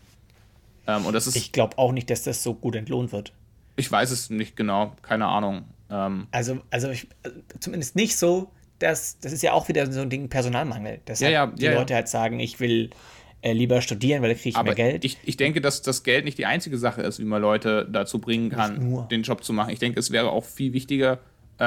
[SPEAKER 1] Und das ist,
[SPEAKER 2] ich glaube auch nicht, dass das so gut entlohnt wird.
[SPEAKER 1] Ich weiß es nicht genau, keine Ahnung.
[SPEAKER 2] Also zumindest nicht so, das ist ja auch wieder so ein Ding, Personalmangel. Dass die Leute halt sagen, ich will lieber studieren, weil da kriege ich mehr Geld.
[SPEAKER 1] Ich denke, dass das Geld nicht die einzige Sache ist, wie man Leute dazu bringen kann, den Job zu machen. Ich denke, es wäre auch viel wichtiger,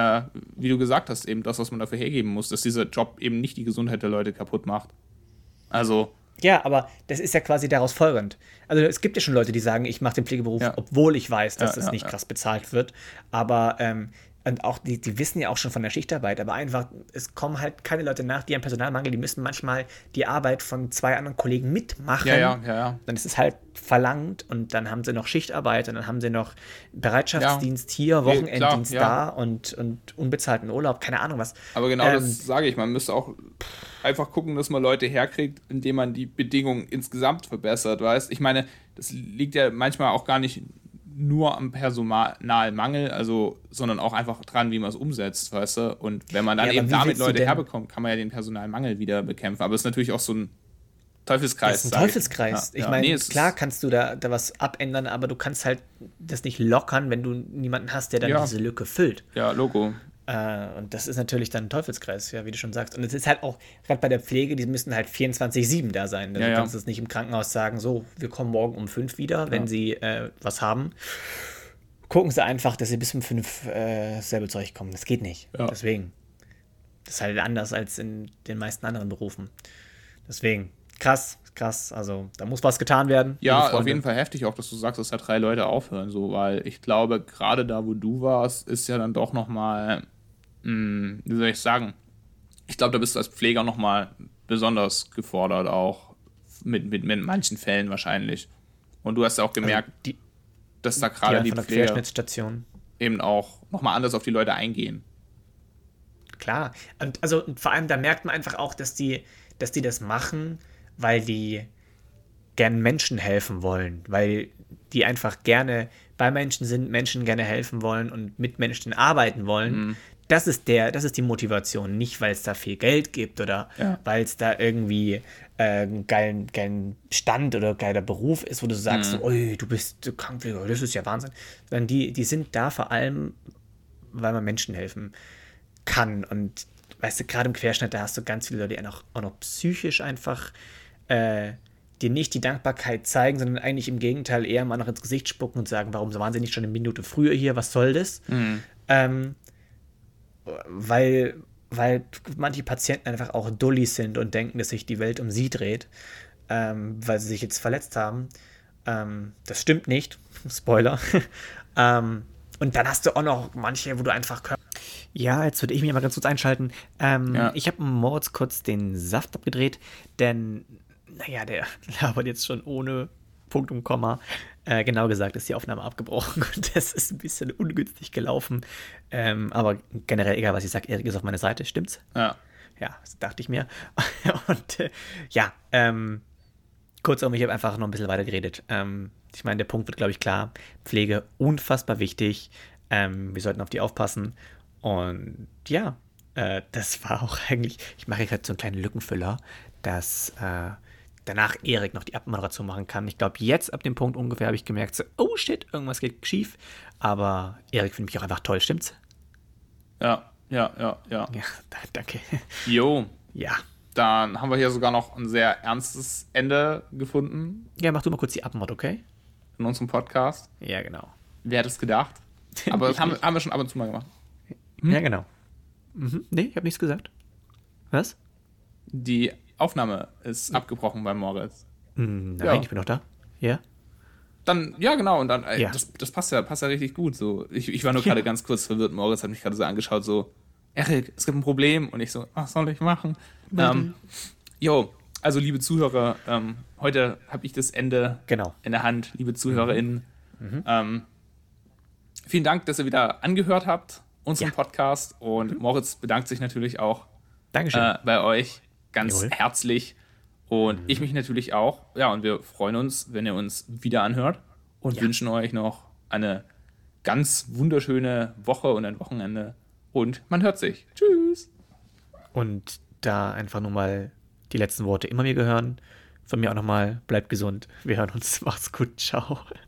[SPEAKER 1] wie du gesagt hast, eben das, was man dafür hergeben muss, dass dieser Job eben nicht die Gesundheit der Leute kaputt macht. Also...
[SPEAKER 2] Ja, aber das ist ja quasi daraus folgend. Also es gibt ja schon Leute, die sagen, ich mache den Pflegeberuf, obwohl ich weiß, dass das nicht krass bezahlt wird. Aber und auch die wissen ja auch schon von der Schichtarbeit, aber einfach, es kommen halt keine Leute nach, die haben Personalmangel, die müssen manchmal die Arbeit von 2 anderen Kollegen mitmachen.
[SPEAKER 1] Ja.
[SPEAKER 2] Dann ist es halt verlangt und dann haben sie noch Schichtarbeit und dann haben sie noch Bereitschaftsdienst hier, Wochenenddienst da und unbezahlten Urlaub, keine Ahnung was.
[SPEAKER 1] Aber genau das sage ich, man müsste auch einfach gucken, dass man Leute herkriegt, indem man die Bedingungen insgesamt verbessert, weißt? Ich meine, das liegt ja manchmal auch gar nicht nur am Personalmangel, sondern auch einfach dran, wie man es umsetzt, weißt du? Und wenn man dann eben damit Leute herbekommt, kann man ja den Personalmangel wieder bekämpfen. Aber es ist natürlich auch so ein Teufelskreis.
[SPEAKER 2] Das ist ein Teufelskreis. Ich meine, klar kannst du da was abändern, aber du kannst halt das nicht lockern, wenn du niemanden hast, der dann diese Lücke füllt.
[SPEAKER 1] Ja, Logo.
[SPEAKER 2] Und das ist natürlich dann ein Teufelskreis, ja, wie du schon sagst. Und es ist halt auch, gerade bei der Pflege, die müssen halt 24/7 da sein. Also du kannst es nicht im Krankenhaus sagen, so, wir kommen morgen um 5 wieder, wenn sie was haben. Gucken sie einfach, dass sie bis um 5 selber zu euch kommen. Das geht nicht. Ja. Deswegen. Das ist halt anders als in den meisten anderen Berufen. Deswegen. krass. Also da muss was getan werden.
[SPEAKER 1] Ja, auf jeden Fall heftig auch, dass du sagst, dass da 3 Leute aufhören, so, weil ich glaube, gerade da, wo du warst, ist ja dann doch nochmal, wie soll ich sagen, ich glaube, da bist du als Pfleger nochmal besonders gefordert, auch mit manchen Fällen wahrscheinlich. Und du hast ja auch gemerkt, also dass da gerade die Pfleger eben auch nochmal anders auf die Leute eingehen.
[SPEAKER 2] Klar, und vor allem, da merkt man einfach auch, dass die das machen, weil die gern Menschen helfen wollen, weil die einfach gerne bei Menschen sind, Menschen gerne helfen wollen und mit Menschen arbeiten wollen. Das ist die Motivation, nicht weil es da viel Geld gibt oder weil es da irgendwie geilen Stand oder geiler Beruf ist, wo du sagst, du bist Krankenpfleger, das ist ja Wahnsinn. Sondern die sind da vor allem, weil man Menschen helfen kann. Und weißt du, gerade im Querschnitt, da hast du ganz viele Leute, die auch noch psychisch einfach dir nicht die Dankbarkeit zeigen, sondern eigentlich im Gegenteil eher mal noch ins Gesicht spucken und sagen, warum waren sie nicht schon eine Minute früher hier, was soll das? Weil manche Patienten einfach auch Dullis sind und denken, dass sich die Welt um sie dreht, weil sie sich jetzt verletzt haben. Das stimmt nicht. Spoiler. Und dann hast du auch noch manche, wo du einfach... Ja, jetzt würde ich mich mal ganz kurz einschalten. Ich habe Moritz kurz den Saft abgedreht, denn, naja, der labert jetzt schon ohne Punkt und Komma. Genau gesagt ist die Aufnahme abgebrochen und das ist ein bisschen ungünstig gelaufen. Aber generell, egal was ich sage, Erik ist auf meiner Seite, stimmt's?
[SPEAKER 1] Ja.
[SPEAKER 2] Ja, das dachte ich mir. Und kurzum, ich habe einfach noch ein bisschen weiter geredet. Ich meine, der Punkt wird, glaube ich, klar. Pflege unfassbar wichtig. Wir sollten auf die aufpassen. Und ja, das war auch eigentlich, ich mache gerade so einen kleinen Lückenfüller, dass danach Erik noch die Abmoderation machen kann. Ich glaube, jetzt ab dem Punkt ungefähr habe ich gemerkt, so, oh shit, irgendwas geht schief. Aber Erik findet mich auch einfach toll, stimmt's?
[SPEAKER 1] Ja.
[SPEAKER 2] Ja, danke.
[SPEAKER 1] Jo.
[SPEAKER 2] Ja.
[SPEAKER 1] Dann haben wir hier sogar noch ein sehr ernstes Ende gefunden.
[SPEAKER 2] Ja, mach du mal kurz die Abmod, okay?
[SPEAKER 1] In unserem Podcast.
[SPEAKER 2] Ja, genau.
[SPEAKER 1] Wer hätte es gedacht? Aber das haben wir schon ab und zu mal gemacht.
[SPEAKER 2] Ja, genau. Nee, ich habe nichts gesagt. Was?
[SPEAKER 1] Die Aufnahme ist abgebrochen bei Moritz.
[SPEAKER 2] Nein, ich bin noch da. Ja?
[SPEAKER 1] Dann, ja, genau. Und dann, das passt ja richtig gut. So. Ich war nur gerade ganz kurz verwirrt. Moritz hat mich gerade so angeschaut, so, Erik, es gibt ein Problem. Und ich so, was soll ich machen? Also liebe Zuhörer, heute habe ich das Ende in der Hand, liebe ZuhörerInnen. Vielen Dank, dass ihr wieder angehört habt, unseren Podcast. Und Moritz bedankt sich natürlich auch bei euch ganz herzlich. Und ich mich natürlich auch. Ja, und wir freuen uns, wenn ihr uns wieder anhört und wünschen euch noch eine ganz wunderschöne Woche und ein Wochenende. Und man hört sich. Tschüss.
[SPEAKER 2] Und da einfach nur mal die letzten Worte immer mir gehören. Von mir auch nochmal, bleibt gesund. Wir hören uns. Macht's gut. Ciao.